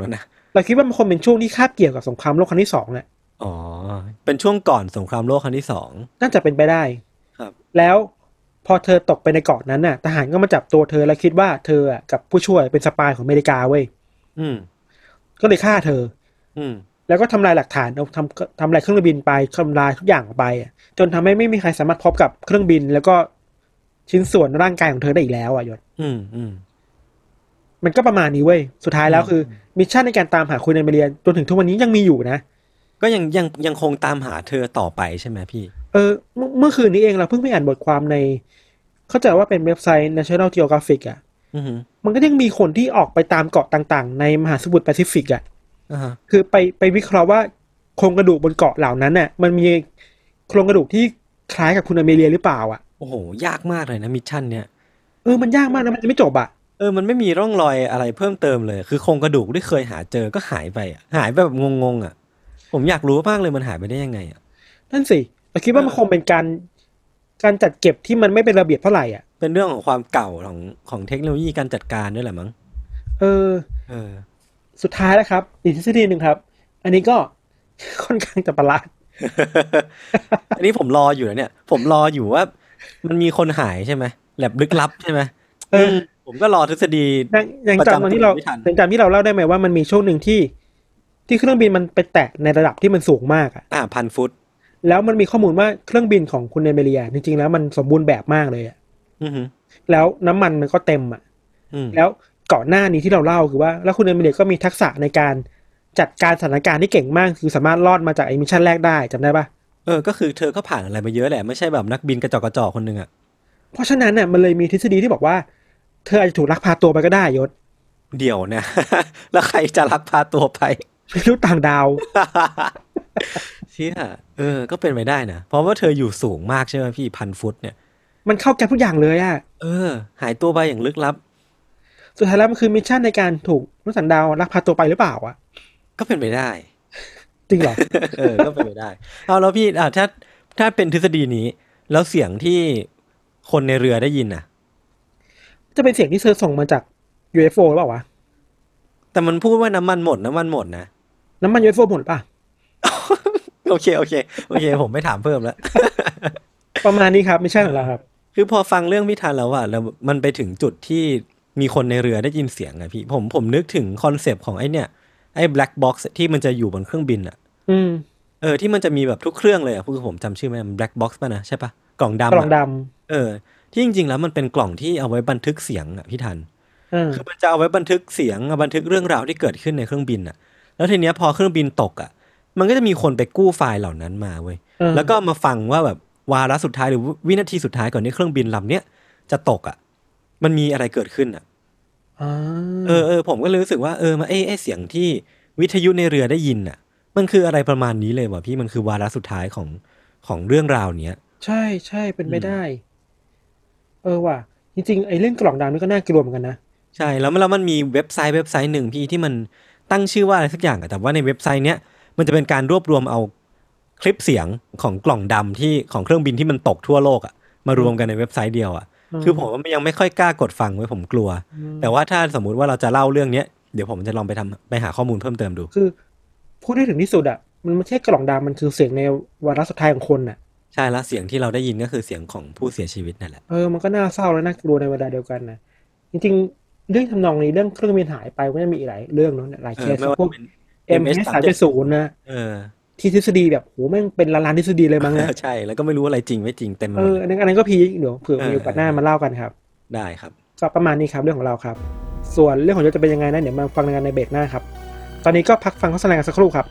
เราคิดว่ามันคงเป็นช่วงที่คาบเกี่ยวกับสงครามโลกครั้งที่สองแหละอ๋อเป็นช่วงก่อนสงครามโลกครั้งที่สองน่าจะเป็นไปได้ครับแล้วพอเธอตกไปในเกาะนั้นน่ะทหารก็มาจับตัวเธอแล้วคิดว่าเธออ่ะกับผู้ช่วยเป็นสปายของอเมริกาเว้ยอืมก็เลยฆ่าเธออืมแล้วก็ทำลายหลักฐานเอาทำทำลายเครื่องบินไปทำลายทุกอย่างออกไปอ่ะจนทำให้ไม่มีใครสามารถพบกับเครื่องบินแล้วก็ชิ้นส่วนร่างกายของเธอได้อีกแล้วอ่ะยศอืมอืมมันก็ประมาณนี้เว้ยสุดท้ายแล้วคือมิชชั่นในการตามหาคุณเอมิเลียจนถึงทุกวันนี้ยังมีอยู่นะก็ยังยังยังคงตามหาเธอต่อไปใช่ไหมพี่เออเมื่อคืนนี้เองเราเพิ่งไปอ่านบทความในเข้าใจว่าเป็นเว็บไซต์ National Geographic อ่ะมันก็ยังมีคนที่ออกไปตามเกาะต่างๆในมหาสมุทรแปซิฟิกอ่ะคือไปไปวิเคราะห์ว่าโครงกระดูกบนเกาะเหล่านั้นน่ะมันมีโครงกระดูกที่คล้ายกับคุณอเมเลียหรือเปล่าอ่ะโอ้โหยากมากเลยนะมิชชั่นเนี้ยเออมันยากมากนะมันจะไม่จบอ่ะเออมันไม่มีร่องรอยอะไรเพิ่มเติมเลยคือโครงกระดูกที่เคยหาเจอก็หายไปอ่ะหายไปแบบงงๆอ่ะผมอยากรู้มากเลยมันหายไปได้ยังไงอ่ะนั่นสิเราคิดว่ามันคงเป็นการการจัดเก็บที่มันไม่เป็นระเบียบเท่าไหร่อ่ะเป็นเรื่องของความเก่าของของเทคโนโลยีการจัดการด้วยแหละมั้งเออเออสุดท้ายแล้วครับอีกทฤษฎีหนึ่งครับอันนี้ก็ค่อนข้างจะประหลาดอันนี้ผมรออยู่นะเนี่ยผมรออยู่ว่ามันมีคนหายใช่ไหมแลบลึกลับใช่ไหมเออผมก็รอทฤษฎียังจำตอนที่เรายังจำที่เราเล่าได้ไหมว่ามันมีช่วงหนึ่งที่ที่เครื่องบินมันไปแตะในระดับที่มันสูงมากอ่ะอ่าพันฟุตแล้วมันมีข้อมูลว่าเครื่องบินของคุณเอเมเลียจริงๆแล้วมันสมบูรณ์แบบมากเลยอ่ะแล้วน้ำมันมันก็เต็มอ่ะแล้วก่อนหน้านี้ที่เราเล่าคือว่าแล้วคุณเอเมเลียก็มีทักษะในการจัดการสถานการณ์ที่เก่งมากคือสามารถรอดมาจากไอ้มิชชั่นแรกได้จำได้ปะเออก็คือเธอก็ผ่านอะไรมาเยอะแหละไม่ใช่แบบนักบินกระจอกกระจอกคนนึงอ่ะเพราะฉะนั้นเนี่ยมันเลยมีทฤษฎีที่บอกว่าเธออาจจะถูกลักพาตัวไปก็ได้ยศเดี๋ยวนะ แล้วใครจะลักพาตัวไปไม่รู้ต่างดาวเชี่ยเออก็เป็นไปได้นะเพราะว่าเธออยู่สูงมากใช่ไหมพี่พันฟุตเนี่ยมันเข้าแก๊ปทุกอย่างเลยอ่ะเออหายตัวไปอย่างลึกลับสุดท้ายแล้วมันคือมิชชั่นในการถูกมนุษย์ต่างดาวลักพาตัวไปหรือเปล่าอ่ะก็เป็นไปได้จริงเหรอเออก็เป็นไปได้เอาแล้วพี่อ่ะถ้าถ้าเป็นทฤษฎีนี้แล้วเสียงที่คนในเรือได้ยินน่ะจะเป็นเสียงที่เธอส่งมาจาก ยู เอฟ โอ หรือเปล่าวะแต่มันพูดว่าน้ำมันหมดน้ำมันหมดนะน้ำมัน ยู เอฟ โอ หมดป่ะโอเคโอเคโอเคผมไม่ถามเพิ่มแล้วประมาณนี้ครับไม่ใช่ของเราครับคือพอฟังเรื่องพิธันแล้วอะแล้วมันไปถึงจุดที่มีคนในเรือได้ยินเสียงอะพี่ผมผมนึกถึงคอนเซปต์ของไอ้เนี่ยไอ้ black box ที่มันจะอยู่บนเครื่องบินอะอืมเออที่มันจะมีแบบทุกเครื่องเลยอะคือผมจำชื่อไม่ได้ black box ป่ะนะใช่ป่ะกล่องดำกล่องดำเออที่จริงๆแล้วมันเป็นกล่องที่เอาไว้บันทึกเสียงอะพี่ทันคือมันจะเอาไว้บันทึกเสียงบันทึกเรื่องราวที่เกิดขึ้นในเครื่องบินอะแล้วทีเนี้ยพอเครื่องบินตกอะมันก็จะมีคนไปกู้ไฟล์เหล่านั้นมาเว้ยแล้วก็มาฟังว่าแบบวาระสุดท้ายหรือวินาทีสุดท้ายก่อนที่เครื่องบินลำเนี้ยจะตกอ่ะมันมีอะไรเกิดขึ้นอ่ะเออเออผมก็เลยรู้สึกว่าเออมาไอ้ไอ้เสียงที่วิทยุในเรือได้ยินอ่ะมันคืออะไรประมาณนี้เลยว่ะพี่มันคือวาระสุดท้ายของของเรื่องราวเนี้ยใช่ใช่เป็นไม่ได้เออว่ะจริงๆไอ้เรื่องกล่องดำนี่ก็น่ากลัวเหมือนกันนะใช่แล้วแล้วมันมีเว็บไซต์เว็บไซต์หนึ่งพี่ที่มันตั้งชื่อว่าอะไรสักอย่างอ่ะแต่ว่าในเว็บไซต์เนี้ยมันจะเป็นการรวบรวมเอาคลิปเสียงของกล่องดำที่ของเครื่องบินที่มันตกทั่วโลกอ่ะมารวมกันในเว็บไซต์เดียวอ่ะคือผมยังไม่ค่อยกล้ากดฟังไว้ผมกลัวแต่ว่าถ้าสมมุติว่าเราจะเล่าเรื่องเนี้ยเดี๋ยวผมจะลองไปทำไปหาข้อมูลเพิ่มเติมดูคือพูดได้ถึงที่สุดอ่ะมันไม่ใช่กล่องดำมันคือเสียงในวาระสุดท้ายของคนอ่ะใช่แล้วเสียงที่เราได้ยินก็คือเสียงของผู้เสียชีวิตนั่นแหละเออมันก็น่าเศร้าและน่ากลัวในเวลาเดียวกันนะจริงๆเรื่องทำนองนี้เรื่องเครื่องบินหายไปก็จะมีอีกหลายเรื่องเนาะหลายเคสพวก เอ็ม เอช สามเจ็ดศูนย์นะเออที่ทฤษฎีแบบโหแม่งเป็นล้านๆทฤษฎีเลยมั้งนะใช่แล้วก็ไม่รู้อะไรจริงไม่จริงเต็มหมดเอออันนั้นอันนั้นก็พีเดี๋ยวเผื่อมีโอกาสหน้ามาเล่ากันครับได้ครับก็ประมาณนี้ครับเรื่องของเราครับส่วนเรื่องของเราจะเป็นยังไงนะเดี๋ยวมาฟังกันในเบรกหน้าครับตอนนี้ก็พักฟังโฆษณากันสักครู่ครับ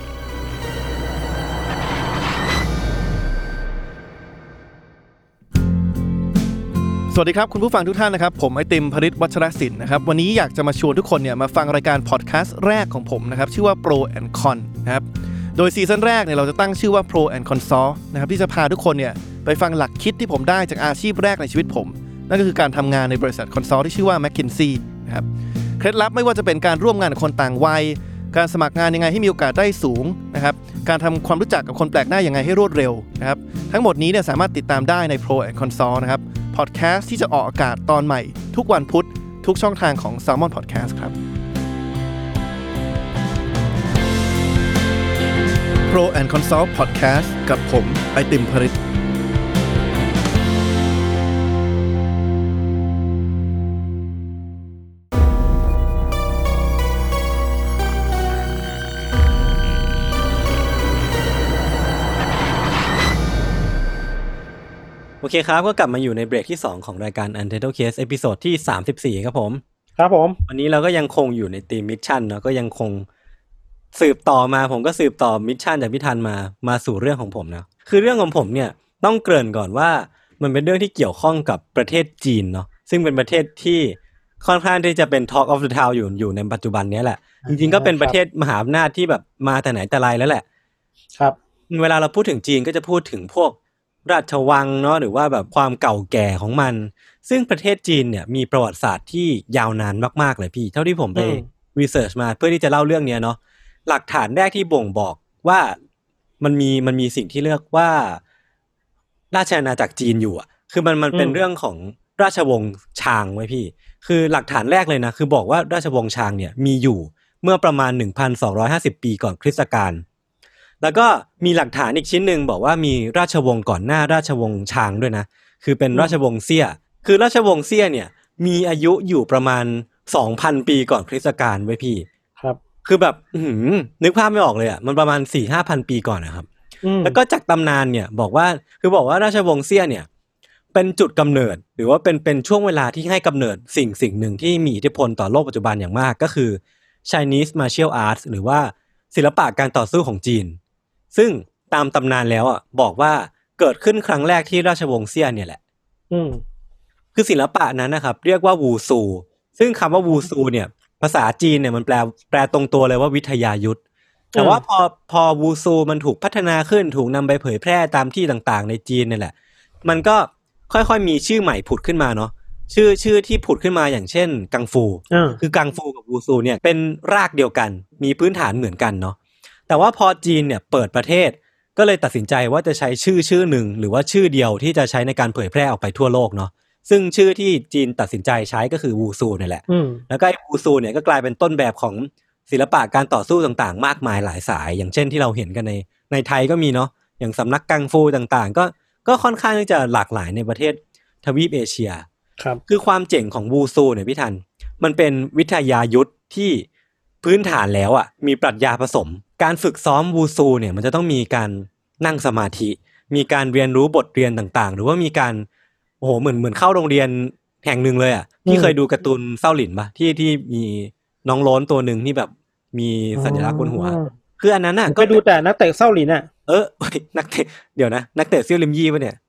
สวัสดีครับคุณผู้ฟังทุกท่านนะครับผมไอติมภริษวัชรศิลป์นะครับวันนี้อยากจะมาชวนทุกคนเนี่ยมาฟังรายการพอดแคสต์แรกของผมนะครับชื่อว่า Pro and Con นะครับโดยซีซั่นแรกเนี่ยเราจะตั้งชื่อว่า Pro and Consult นะครับที่จะพาทุกคนเนี่ยไปฟังหลักคิดที่ผมได้จากอาชีพแรกในชีวิตผมนั่นก็คือการทำงานในบริษัท Consult ที่ชื่อว่า McKinsey นะครับเคล็ดลับไม่ว่าจะเป็นการร่วมงานกับคนต่างวัยการสมัครงานยังไงให้มีโอกาสได้สูงนะครับการทำความรู้จักกับคนแปลกหน้ายังไงให้รวดเร็วนะครับทั้งหมดนี้เนี่ยสามารถติดตามได้ใน Pro and Consult นะครับพอดแคสต์ที่จะออกอากาศตอนใหม่ทุกวันพุธทุกช่องทางของ Salmon Podcast ครับ Pro แอนด์ Consult Podcast กับผมไอติมภริษฐ์โอเคครับก็กลับมาอยู่ในเบรกที่สองของรายการ Untitled Case เอพิโซดที่สามสิบสี่ครับผมครับผมวันนี้เราก็ยังคงอยู่ในธีมมิชชั่นเนาะก็ยังคงสืบต่อมาผมก็สืบต่อมิชชั่นจากพี่ธันมามาสู่เรื่องของผมนะคือเรื่องของผมเนี่ยต้องเกริ่นก่อนว่ามันเป็นเรื่องที่เกี่ยวข้องกับประเทศจีนเนาะซึ่งเป็นประเทศที่ค่อนข้างที่จะเป็น Talk of the Town อยู่อยู่ในปัจจุบันนี้แหละจริงๆก็เป็นประเทศมหาอำนาจที่แบบมาแต่ไหนแต่ไรแล้วแหละครับเวลาเราพูดถึงจีนก็จะพูดถึงพวกราชวังเนาะหรือว่าแบบความเก่าแก่ของมันซึ่งประเทศจีนเนี่ยมีประวัติศาสตร์ที่ยาวนานมากๆเลยพี่เท่าที่ผมไปรีเสิร์ชมาเพื่อที่จะเล่าเรื่องนี้เนาะหลักฐานแรกที่บ่งบอกว่ามันมีมันมีสิ่งที่เรียกว่าราชอาณาจักรจีนอยู่อ่ะคือมันมันเป็นเรื่องของราชวงศ์ชางไว้พี่คือหลักฐานแรกเลยนะคือบอกว่าราชวงศ์ชางเนี่ยมีอยู่เมื่อประมาณ หนึ่งพันสองร้อยห้าสิบ ปีก่อนคริสตกาลแล้วก็มีหลักฐานอีกชิ้นนึงบอกว่ามีราชวงศ์ก่อนหน้าราชวงศ์ชางด้วยนะคือเป็นราชวงศ์เซี่ยคือราชวงศ์เซี่ยเนี่ยมีอายุอยู่ประมาณ สองพัน ปีก่อนคริสตกาลไว้พี่ครับคือแบบหืมนึกภาพไม่ออกเลยอ่ะมันประมาณ สี่ถึงห้าพัน ปีก่อนนะครับแล้วก็จากตำนานเนี่ยบอกว่าคือบอกว่าราชวงศ์เซี่ยเนี่ยเป็นจุดกำเนิดหรือว่าเป็นเป็นช่วงเวลาที่ให้กำเนิดสิ่งสิ่งหนึ่งที่มีอิทธิพลต่อโลกปัจจุบันอย่างมากก็คือ Chinese Martial Arts หรือว่าศิลปะการต่อสู้ของจีนซึ่งตามตำนานแล้วอ่ะบอกว่าเกิดขึ้นครั้งแรกที่ราชวงศ์เซี่ยเนี่ยแหละอืมคือศิลปะนั้นนะครับเรียกว่าวูซูซึ่งคำว่าวูซูเนี่ยภาษาจีนเนี่ยมันแปลแปลตรงตัวเลยว่าวิทยายุทธแต่ว่าพอพอวูซูมันถูกพัฒนาขึ้นถูกนำไปเผยแพร่ตามที่ต่างๆในจีนนี่แหละมันก็ค่อยๆมีชื่อใหม่ผุดขึ้นมาเนาะชื่อชื่อที่ผุดขึ้นมาอย่างเช่นกังฟูคือกังฟูกับวูซูเนี่ยเป็นรากเดียวกันมีพื้นฐานเหมือนกันเนาะแต่ว่าพอจีนเนี่ยเปิดประเทศก็เลยตัดสินใจว่าจะใช้ชื่อชื่อหนึ่งหรือว่าชื่อเดียวที่จะใช้ในการเผยแพร่ออกไปทั่วโลกเนาะซึ่งชื่อที่จีนตัดสินใจใช้ก็คือวูซูนี่แหละแล้วก็ไอ้วูซูเนี่ยก็กลายเป็นต้นแบบของศิลปะการต่อสู้ต่างๆมากมายหลายสายอย่างเช่นที่เราเห็นกันในในไทยก็มีเนาะอย่างสำนักกังฟูต่างๆก็ก็ค่อนข้างที่จะหลากหลายในประเทศทวีปเอเชียครับคือความเจ๋งของวูซูเนี่ยพี่ทันมันเป็นวิทยายุทธที่พื้นฐานแล้วอ่ะมีปรัชญาผสมการฝึกซ้อมวูซูเนี่ยมันจะต้องมีการนั่งสมาธิมีการเรียนรู้บทเรียนต่างๆหรือว่ามีการโอ้โหเหมือนเหมือนเข้าโรงเรียนแห่งหนึ่งเลยอ่ะที่เคยดูการ์ตูนเศร้าหลินป่ะที่ที่มีน้องโล้นตัวนึงที่แบบมีสัญลักษณ์บนหัวคืออันนั้นน่ะก็ดูแต่นักเตะเศร้าหลินน่ะเออนักเตะเดี๋ยวนะนักเตะเซี่ยวลิมยี่ป่ะเนี่ย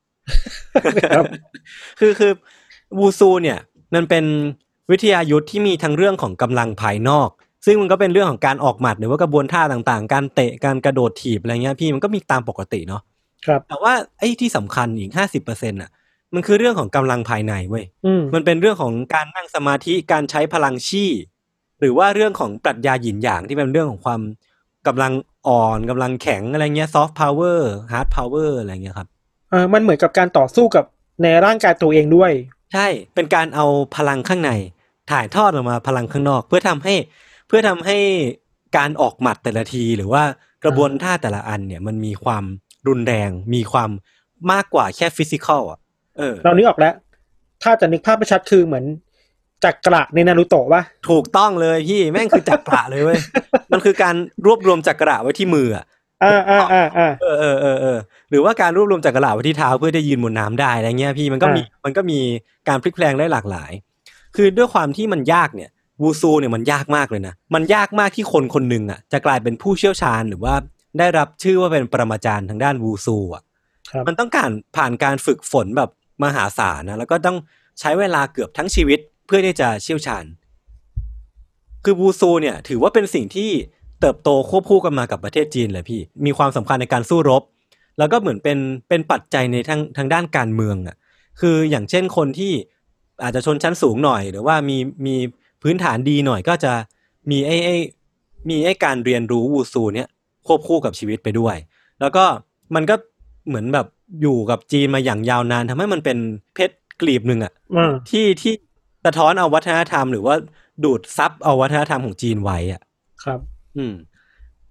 คือคือวูซูเนี่ยมันเป็นวิทยายุทธที่มีทั้งเรื่องของกำลังภายนอกซึ่งมันก็เป็นเรื่องของการออกหมัดหรือว่ากระบวนท่าต่างๆการเตะการกระโดดถีบอะไรเงี้ยพี่มันก็มีตามปกติเนาะครับแต่ว่าไอ้ที่สำคัญอีก ห้าสิบเปอร์เซ็นต์ น่ะมันคือเรื่องของกำลังภายในเว้ยมันเป็นเรื่องของการนั่งสมาธิการใช้พลังชี่หรือว่าเรื่องของปรัชญาหยินหยางที่เป็นเรื่องของความกำลังอ่อนกำลังแข็งอะไรเงี้ยซอฟต์พาวเวอร์ฮาร์ดพาวเวอร์อะไรเงี้ยครับเออมันเหมือนกับการต่อสู้กับในร่างกายตัวเองด้วยใช่เป็นการเอาพลังข้างในถ่ายทอดออกมาพลังข้างนอกเพื่อทำให้เพื่อทำให้การออกหมัดแต่ละทีหรือว่ากระบวนท่าแต่ละอันเนี่ยมันมีความรุนแรงมีความมากกว่าแค่ฟิสิกอลอ่ะเออเรานึกออกแล้วถ้าจะนึกภาพไม่ชัดคือเหมือนจักระในนารูโตะป่ะถูกต้องเลยพี่แม่งคือจักระเลยเว้ย มันคือการรวบรวมจักระไว้ที่มืออ่ะอ่าอ่าอ่าอ่าเออเออเออเออหรือว่าการรวบรวมจักระไว้ที่เท้าเพื่อจะยืนบนน้ำได้อะไรเงี้ยพี่มันก็มีมันก็มีการพลิกแพลงได้หลากหลายคือด้วยความที่มันยากเนี่ยวูซูเนี่ยมันยากมากเลยนะมันยากมากที่คนคนหนึ่งอ่ะจะกลายเป็นผู้เชี่ยวชาญหรือว่าได้รับชื่อว่าเป็นปรมาจารย์ทางด้านวูซูอ่ะมันต้องการผ่านการฝึกฝนแบบมหาศาลนะแล้วก็ต้องใช้เวลาเกือบทั้งชีวิตเพื่อที่จะเชี่ยวชาญคือวูซูเนี่ยถือว่าเป็นสิ่งที่เติบโตควบคู่กันมากับประเทศจีนเลยพี่มีความสำคัญในการสู้รบแล้วก็เหมือนเป็นเป็นปัจจัยในทางทางด้านการเมืองอ่ะคืออย่างเช่นคนที่อาจจะชนชั้นสูงหน่อยหรือว่ามีมีพื้นฐานดีหน่อยก็จะมีไอ้ไอ้มีไอ้การเรียนรู้วูซูเนี่ยควบคู่กับชีวิตไปด้วยแล้วก็มันก็เหมือนแบบอยู่กับจีนมาอย่างยาวนานทำให้มันเป็นเพชรกลีบนึงอ่ะที่ที่สะท้อนเอาวัฒนธรรมหรือว่าดูดซับเอาวัฒนธรรมของจีนไว้อ่ะครับอืม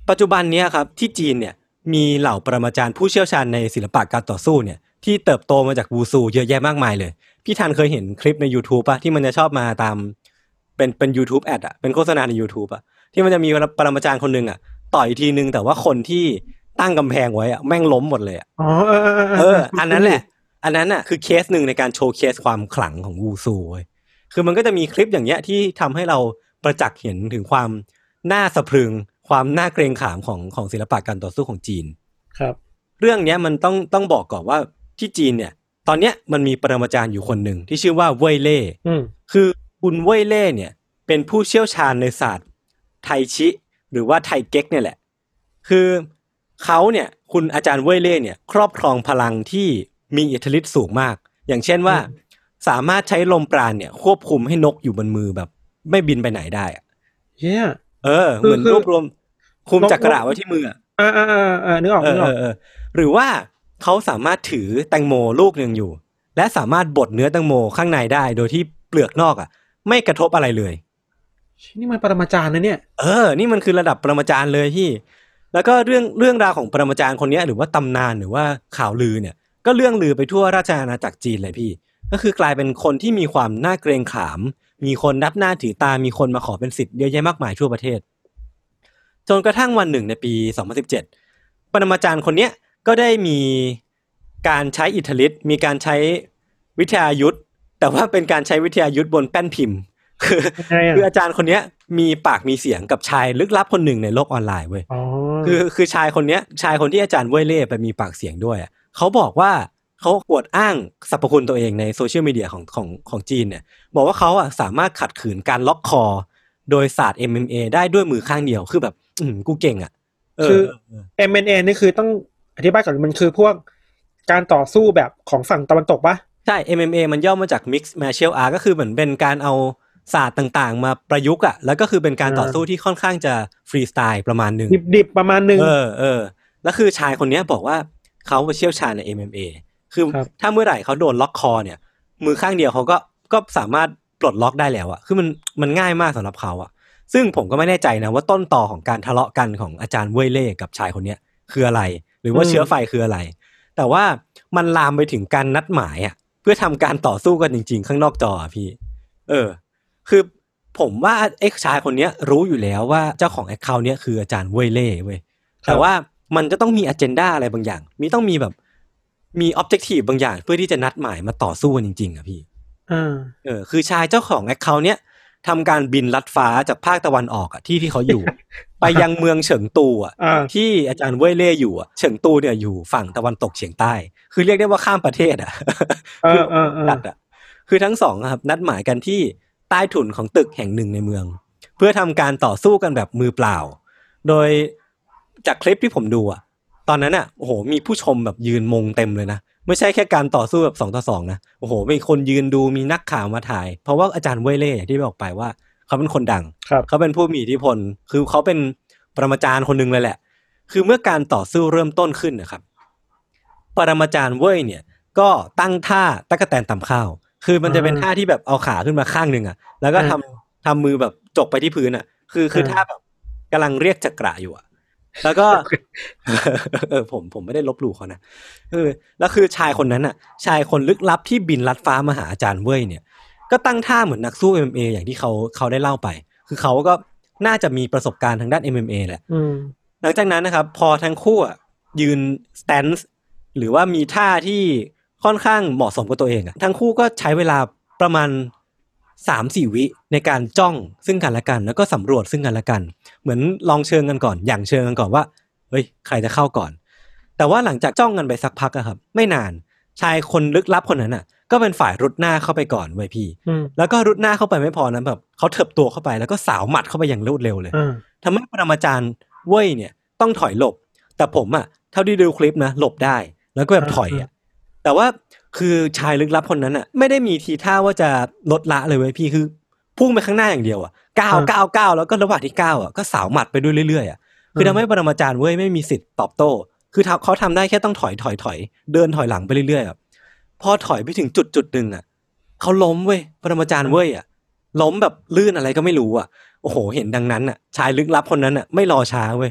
ปัจจุบันนี้ครับที่จีนเนี่ยมีเหล่าปรมาจารย์ผู้เชี่ยวชาญในศิลปะการต่อสู้เนี่ยที่เติบโตมาจากวูซูเยอะแยะมากมายเลยพี่ทันเคยเห็นคลิปใน YouTube ป่ะที่มันจะชอบมาตามเป็นเป็น YouTube แอดอ่ะเป็นโฆษณาใน YouTube อ่ะที่มันจะมีปรมาจารย์คนนึงอ่ะต่อยทีนึงแต่ว่าคนที่ตั้งกำแพงไว้อ่ะแม่งล้มหมดเลยอ่ะอ๋อเออเอออันนั้นแหละอันนั้นอ่ะคือเคสนึงในการโชว์เคสความขลังของวูซูเว้ยคือมันก็จะมีคลิปอย่างเงี้ยที่ทำให้เราประจักษ์เห็นถึงความน่าสะพรึงความน่าเกรงขามของของศิลปะการต่อสู้ของจีนครับเรื่องนี้มันต้องต้องบอกก่อนว่าที่จีนเนี่ยตอนเนี้ยมันมีปรมาจารย์อยู่คนหนึ่งที่ชื่อว่าเว่ยเล่คือคุณเว่ยเล่เนี่ยเป็นผู้เชี่ยวชาญในศาสตร์ไทชิหรือว่าไทเก๊กเนี่ยแหละคือเขาเนี่ยคุณอาจารย์เว่ยเล่เนี่ยครอบครองพลังที่มีอิทธิฤทธิ์สูงมากอย่างเช่นว่าสามารถใช้ลมปราณเนี่ยควบคุมให้นกอยู่บนมือแบบไม่บินไปไหนได้อ่ะเย้เออเหมือนรวบรวมคุมจักระไว้ที่มืออ่ะอ่าๆๆนึกออกนึกออกเออๆหรือว่าเขาสามารถถือแตงโมลูกนึงอยู่และสามารถบดเนื้อแตงโมข้างในได้โดยที่เปลือกนอกอ่ะไม่กระทบอะไรเลยนี่มันปรมาจารย์นะเนี่ยเออนี่มันคือระดับปรมาจารย์เลยพี่แล้วก็เรื่องเรื่องราวของปรมาจารย์คนนี้หรือว่าตำนานหรือว่าข่าวลือเนี่ยก็เรื่องลือไปทั่วราชอาณาจักรจีนเลยพี่ก็คือกลายเป็นคนที่มีความน่าเกรงขามมีคนนับหน้าถือตามีคนมาขอเป็นศิษย์เยอะแยะมากมายทั่วประเทศจนกระทั่งวันหนึ่งในปีสองพันสิบเจ็ดปรมาจารย์คนนี้ก็ได้มีการใช้อิทธิฤทธิ์มีการใช้วิทยายุทธแต่ว่าเป็นการใช้วิทยายุทธบนแป้นพิมพ์คือคืออาจารย์คนนี้มีปากมีเสียงกับชายลึกลับคนหนึ่งในโลกออนไลน์เว้ยคือคือชายคนนี้ชายคนที่อาจารย์เว่ยเล่ไปมีปากเสียงด้วยเขาบอกว่าเขาอวดอ้างสรรพคุณตัวเองในโซเชียลมีเดียของของของจีนเนี่ยบอกว่าเขาอ่ะสามารถขัดขืนการล็อกคอโดยศาสตร์ เอ็ม เอ็ม เอ ได้ด้วยมือข้างเดียวคือแบบอืมกูเก่งอ่ะคือ เอ็ม เอ็ม เอ นี่คือต้องอธิบายก่อนมันคือพวกการต่อสู้แบบของฝั่งตะวันตกปะใช่ เอ็ม เอ็ม เอ มันย่อมาจาก Mixed Martial Art ก็คือเหมือนเป็นการเอาศาสตร์ต่างๆมาประยุกต์อ่ะแล้วก็คือเป็นการต่อสู้ที่ค่อนข้างจะฟรีสไตล์ประมาณนึงดิบๆประมาณนึงเออเออแล้วคือชายคนนี้บอกว่าเขาเชี่ยวชาญใน เอ็ม เอ็ม เอ คือถ้าเมื่อไหร่เขาโดนล็อกคอเนี่ยมือข้างเดียวเขาก็ก็สามารถปลดล็อกได้แล้วอ่ะคือมันมันง่ายมากสำหรับเขาอ่ะซึ่งผมก็ไม่แน่ใจนะว่าต้นตอของการทะเลาะกันของอาจารย์เว่ยเล่กับชายคนนี้คืออะไรหรือว่าเชื้อไฟคืออะไรแต่ว่ามันลามไปถึงการนัดหมายอ่ะเพื่อทำการต่อสู้กันจริงๆข้างนอกจอพี่เออคือผมว่าไอ้ชายคนนี้รู้อยู่แล้วว่าเจ้าของแอคเคาท์เนี้ยคืออาจารย์เว่ยเล่เว้ยแต่ว่ามันจะต้องมีอเจนดาอะไรบางอย่างมีต้องมีแบบมีออบเจกตีฟบางอย่างเพื่อที่จะนัดหมายมาต่อสู้กันจริงๆอ่ะพี่อ่าเออคือชายเจ้าของแอคเคาท์เนี้ยทำการบินลัดฟ้าจากภาคตะวันออกอ่ะที่ที่เขาอยู่ ไปยังเมืองเฉิงตูอ่ะที่อาจารย์เว่ยเล่อยู่อ่ะเฉิงตูเนี่ยอยู่ฝั่งตะวันตกเฉียงใต้คือเรียกได้ว่าข้ามประเทศอ่ะคือจัดอ่ะคือทั้งสองครับนัดหมายกันที่ใต้ถุนของตึกแห่งหนึ่งในเมืองเพื่อทำการต่อสู้กันแบบมือเปล่าโดยจากคลิปที่ผมดูอ่ะตอนนั้นอ่ะโอ้โหมีผู้ชมแบบยืนมงเต็มเลยนะไม่ใช่แค่การต่อสู้แบบสองต่อสองนะโอ้โหมีคนยืนดูมีนักข่าวมาถ่ายเพราะว่าอาจารย์เว่ยเล่อย่างที่บอกไปว่าเขาเป็นคนดังเขาเป็นผู้มีอิทธิพลคือเขาเป็นปรมาจารย์คนนึงเลยแหละคือเมื่อการต่อสู้เริ่มต้นขึ้นนะครับปรมาจารย์เว่ยเนี่ยก็ตั้งท่าตั๊กแตนตำข้าวคือมันจะเป็นท่าที่แบบเอาขาขึ้นมาข้างนึงอ่ะแล้วก็ทำทำมือแบบจกไปที่พื้นอ่ะคือคือท่าแบบกำลังเรียกจักระอยู่อ่ะแล้วก็ เออผมผมไม่ได้ลบหลู่เขานะเออแล้วคือชายคนนั้นอ่ะชายคนลึกลับที่บินลัดฟ้ามาหาอาจารย์เว่ยเนี่ยก็ตั้งท่าเหมือนนักสู้ เอ็ม เอ็ม เอ อย่างที่เขาเขาได้เล่าไปคือเขาก็น่าจะมีประสบการณ์ทางด้าน เอ็ม เอ็ม เอ แหละหลังจากนั้นนะครับพอทั้งคู่อ่ะยืนสแตนส์หรือว่ามีท่าที่ค่อนข้างเหมาะสมกับตัวเองอ่ะทั้งคู่ก็ใช้เวลาประมาณ สามถึงสี่ วิในการจ้องซึ่งกันและกันแล้วก็สำรวจซึ่งกันและกันเหมือนลองเชิงกันก่อนอย่างเชิงกันก่อนว่าเฮ้ยใครจะเข้าก่อนแต่ว่าหลังจากจ้องกันไปสักพักอะครับไม่นานชายคนลึกลับคนนั้นอ่ะก็เป็นฝ่ายรุดหน้าเข้าไปก่อนไว้พี่แล้วก็รุดหน้าเข้าไปไม่พอนะแบบเขาเถิบตัวเข้าไปแล้วก็สาวหมัดเข้าไปอย่างรวดเร็วเลยทำให้ปรมาจารย์เว่ยเนี่ยต้องถอยหลบแต่ผมอ่ะเท่าที่ดูคลิปนะหลบได้แล้วก็แบบถอยอ่ะแต่ว่าคือชายลึกลับคนนั้นอ่ะไม่ได้มีทีท่าว่าจะลดละเลยเว้ยพี่คือพุ่งไปข้างหน้าอย่างเดียวอ่ะก้าวก้าวก้าวแล้วก็ระหว่างที่ก้าวอ่ะก็สาวหมัดไปด้วยเรื่อยๆอ่ะคือทำให้ปรมาจารย์เว้ยไม่มีสิทธิ์ตอบโต้คือเขาทำได้แค่ต้องถอยถอยถอยเดินถอยหลังไปเรื่อยๆอ่ะพอถอยไปถึงจุดจุดหนึ่งอ่ะเขาล้มเว้ยปรมาจารย์เว้ยอ่ะล้มแบบลื่นอะไรก็ไม่รู้อ่ะโอ้โหเห็นดังนั้นอ่ะชายลึกลับคนนั้นอ่ะไม่รอช้าเว้ย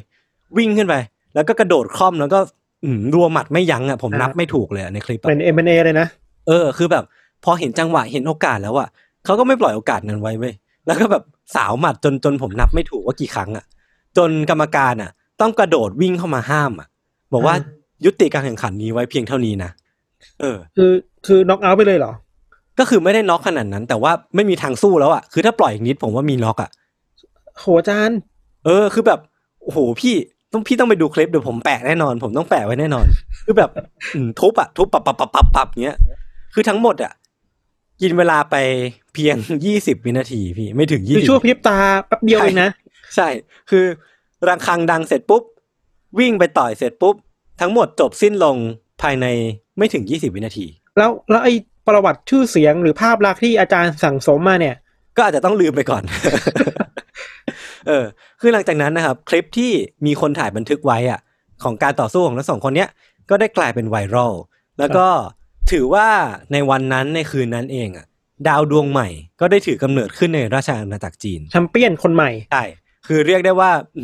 วิ่งขึ้นไปแล้วก็กระโดดคล่อมแล้วก็อืมรัวหมัดไม่ยั้งอ่ะผมนับไม่ถูกเลยในคลิปเป็น เอ็ม แอนด์ เอ เลยนะเออคือแบบพอเห็นจังหวะเห็นโอกาสแล้วอ่ะเขาก็ไม่ปล่อยโอกาสนั้นไว้เว้ยแล้วก็แบบสาวหมัดจนจนผมนับไม่ถูกว่ากี่ครั้งอ่ะจนกรรมการอ่ะต้องกระโดดวิ่งเข้ามาห้ามอ่ะบอกว่ายุติการแข่งขันนี้ไว้เพียงเท่านี้นะเออคือคือน็อกเอาท์ไปเลยเหรอก็คือไม่ได้น็อกขนาดนั้นแต่ว่าไม่มีทางสู้แล้วอ่ะคือถ้าปล่อยอีกนิดผมว่ามีน็อกอ่ะโหจานเออคือแบบโอ้โหพี่ต้องพี่ต้องไปดูคลิปเดี๋ยวผมแปะแน่นอนผมต้องแปะไว้แน่นอนคือแบบทุบอ่ะทุบปับปับปับปับปับเงี้ยคือทั้งหมดอ่ะกินเวลาไปเพียงยี่สิบวินาทีพี่ไม่ถึงยี่สิบคือชั่วพริบตาแป๊บเดียวเองนะใช่คือระฆังดังเสร็จปุ๊บวิ่งไปต่อยเสร็จปุ๊บทั้งหมดจบสิ้นลงภายในไม่ถึงยี่สิบวินาทีแล้วแล้วไอ้ประวัติชื่อเสียงหรือภาพลักษณ์ที่อาจารย์สั่งสมมาเนี่ยก็อาจจะต้องลืมไปก่อน เออคือหลังจากนั้นนะครับคลิปที่มีคนถ่ายบันทึกไว้อ่ะของการต่อสู้ของทั้งสองคนเนี้ยก็ได้กลายเป็นไวรัลแล้วก็ถือว่าในวันนั้นในคืนนั้นเองอ่ะดาวดวงใหม่ก็ได้ถือกำเนิดขึ้นในราชอาณาจักรจีนแชมเปี้ยนคนใหม่ใช่คือเรียกได้ว่า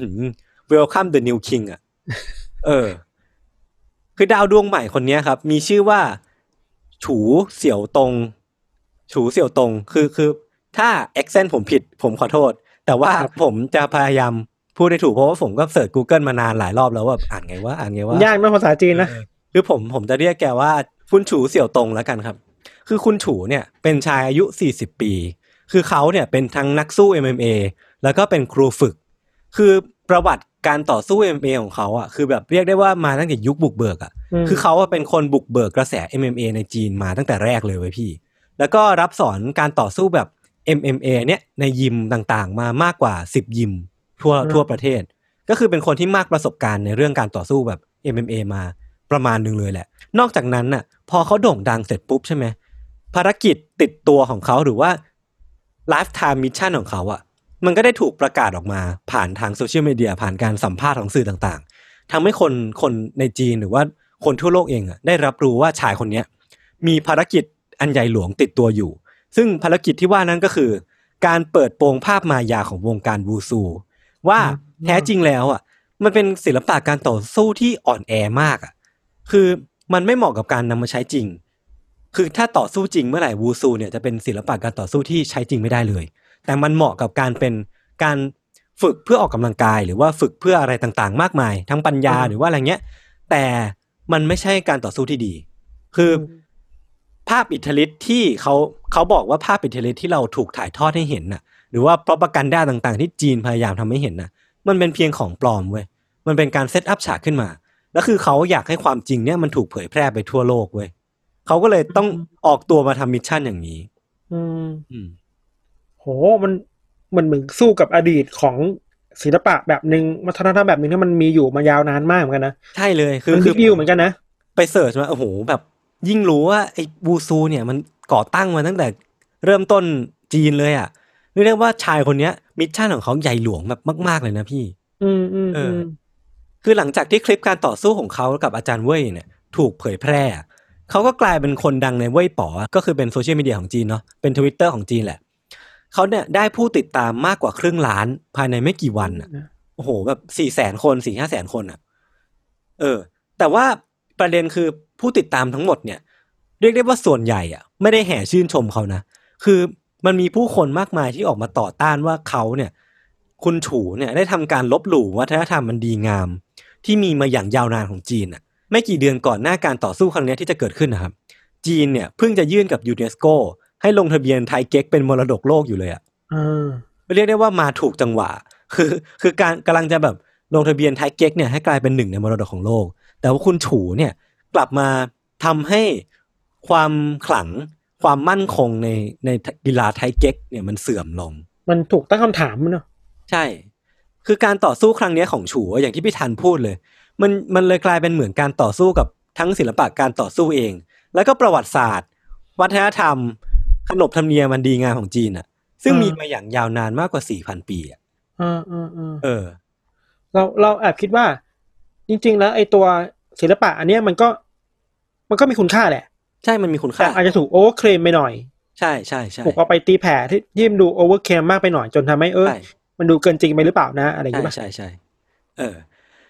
welcome the new king อ่ะ เออคือดาวดวงใหม่คนนี้ครับมีชื่อว่าฉูเสี่ยวตงฉูเสี่ยวตงคือคือถ้า accent ผมผิดผมขอโทษแต่ว่าผมจะพยายามพูดให้ถูกเพราะว่าผมก็เสิร์ช Google มานานหลายรอบแล้วว่าอ่านไงว่าอ่านไงว่ายากนะภาษาจีนนะคือผมผมจะเรียกแกว่าคุณฉูเสี่ยวตงแล้วกันครับคือคุณฉูเนี่ยเป็นชายอายุสี่สิบปีคือเขาเนี่ยเป็นทั้งนักสู้ เอ็ม เอ็ม เอ แล้วก็เป็นครูฝึกคือประวัติการต่อสู้ เอ็ม เอ็ม เอ ของเขาอ่ะคือแบบเรียกได้ว่ามาตั้งแต่ยุคบุกเบิกอ่ะคือเขาเป็นคนบุกเบิกกระแส เอ็ม เอ็ม เอ ในจีนมาตั้งแต่แรกเลยเว้ยพี่แล้วก็รับสอนการต่อสู้แบบ เอ็ม เอ็ม เอ เนี่ยในยิมต่างๆมามากกว่าสิบยิมทั่วทั่วประเทศก็คือเป็นคนที่มากประสบการณ์ในเรื่องการต่อสู้แบบ เอ็ม เอ็ม เอ มาประมาณนึงเลยแหละนอกจากนั้นน่ะพอเขาโด่งดังเสร็จปุ๊บใช่ไหมภารกิจติดตัวของเขาหรือว่า lifetime mission ของเขาอ่ะมันก็ได้ถูกประกาศออกมาผ่านทางโซเชียลมีเดียผ่านการสัมภาษณ์ของสื่อต่างๆทำให้คนคนในจีนหรือว่าคนทั่วโลกเองอ่ะได้รับรู้ว่าชายคนนี้มีภารกิจอันใหญ่หลวงติดตัวอยู่ซึ่งภารกิจที่ว่านั้นก็คือการเปิดโปงภาพมายาของวงการวูซูว่าแท้จริงแล้วอ่ะมันเป็นศิลปะการต่อสู้ที่อ่อนแอมากอ่ะคือมันไม่เหมาะกับการนำมาใช้จริงคือถ้าต่อสู้จริงเมื่อไหร่วูซูเนี่ยจะเป็นศิลปะการต่อสู้ที่ใช้จริงไม่ได้เลยแต่มันเหมาะกับการเป็นการฝึกเพื่อออกกำลังกายหรือว่าฝึกเพื่ออะไรต่างๆมากมายทั้งปัญญาหรือว่าอะไรเงี้ยแต่มันไม่ใช่การต่อสู้ที่ดีคือภาพอิทธิฤทธิ์ที่เขาเขาบอกว่าภาพอิทธิฤทธิ์ที่เราถูกถ่ายทอดให้เห็นน่ะหรือว่าโปรปากันดาต่างๆที่จีนพยายามทำให้เห็นน่ะมันเป็นเพียงของปลอมเว้ยมันเป็นการเซตอัพฉากขึ้นมาแล้วคือเขาอยากให้ความจริงเนี่ยมันถูกเผยแพร่ไปทั่วโลกเว้ยเขาก็เลยต้องออกตัวมาทำมิชชั่นอย่างนี้อืมอืมโหมันมันเหมือนสู้กับอดีตของศิลปะแบบนึงวัฒนธรรมแบบนึงที่มันมีอยู่มายาวนานมากเหมือนกันนะใช่เลยคือคือดิวเหมือนกันนะไปเสิร์ชมาโอ้โหแบบยิ่งรู้ว่าไอ้วูซูเนี่ยมันก่อตั้งมาตั้งแต่เริ่มต้นจีนเลยอ่ะเรียกว่าชายคนนี้มิชชั่นของเขาใหญ่หลวงแบบมากๆเลยนะพี่อืมอืมเออคือหลังจากที่คลิปการต่อสู้ของเขากับอาจารย์เว่ยเนี่ยถูกเผยแพร่เขาก็กลายเป็นคนดังในเว่ยป๋อก็คือเป็นโซเชียลมีเดียของจีนเนาะเป็น Twitter ของจีนแหละเขาเนี่ยได้ผู้ติดตามมากกว่าครึ่งล้านภายในไม่กี่วันอ่ะโอ้โหแบบ สี่แสน คน สี่ห้าแสน คนอ่ะเออแต่ว่าประเด็นคือผู้ติดตามทั้งหมดเนี่ยเรียกได้ว่าส่วนใหญ่อ่ะไม่ได้แห่ชื่นชมเขานะคือมันมีผู้คนมากมายที่ออกมาต่อต้านว่าเขาเนี่ยคุณฉูเนี่ยได้ทำการลบหลู่วัฒนธรรมมันดีงามที่มีมาอย่างยาวนานของจีนอ่ะไม่กี่เดือนก่อนหน้าการต่อสู้ครั้งนี้ที่จะเกิดขึ้นนะครับจีนเนี่ยเพิ่งจะยื่นกับยูเนสโกให้ลงทะเบียนไทเก๊กเป็นมรดกโลกอยู่เลยอ่ะเรียกได้ว่ามาถูกจังหวะคือคือการกำลังจะแบบลงทะเบียนไทเก๊กเนี่ยให้กลายเป็นหนึ่งในมรดกของโลกแต่ว่าคุณฉูเนี่ยกลับมาทำให้ความขลังความมั่นคงในในกีฬาไทเก๊กเนี่ยมันเสื่อมลงมันถูกตั้งคำถามมั้ยเนาะใช่คือการต่อสู้ครั้งนี้ของฉูอย่างที่พี่ธันพูดเลยมันมันเลยกลายเป็นเหมือนการต่อสู้กับทั้งศิลปะการต่อสู้เองแล้วก็ประวัติศาสตร์วัฒนธรรมขนบธรรมเนียมมันดีงามของจีนอ่ะซึ่งมีมาอย่างยาวนานมากกว่า สี่พัน ปีอ่ะเออๆๆเออเราเราแอบคิดว่าจริงๆแล้วไอ้ตัวศิลปะอันเนี้ยมันก็มันก็มีคุณค่าแหละใช่มันมีคุณค่าอาจจะถูกโอเวอร์เคลมไปหน่อยใช่ๆๆถูกเอาไปตีแผ่ที่ยิ่งดูโอเวอร์เคลมมากไปหน่อยจนทำให้เออมันดูเกินจริงไปหรือเปล่านะอะไรอย่างงี้ป่ะใช่ๆๆเออ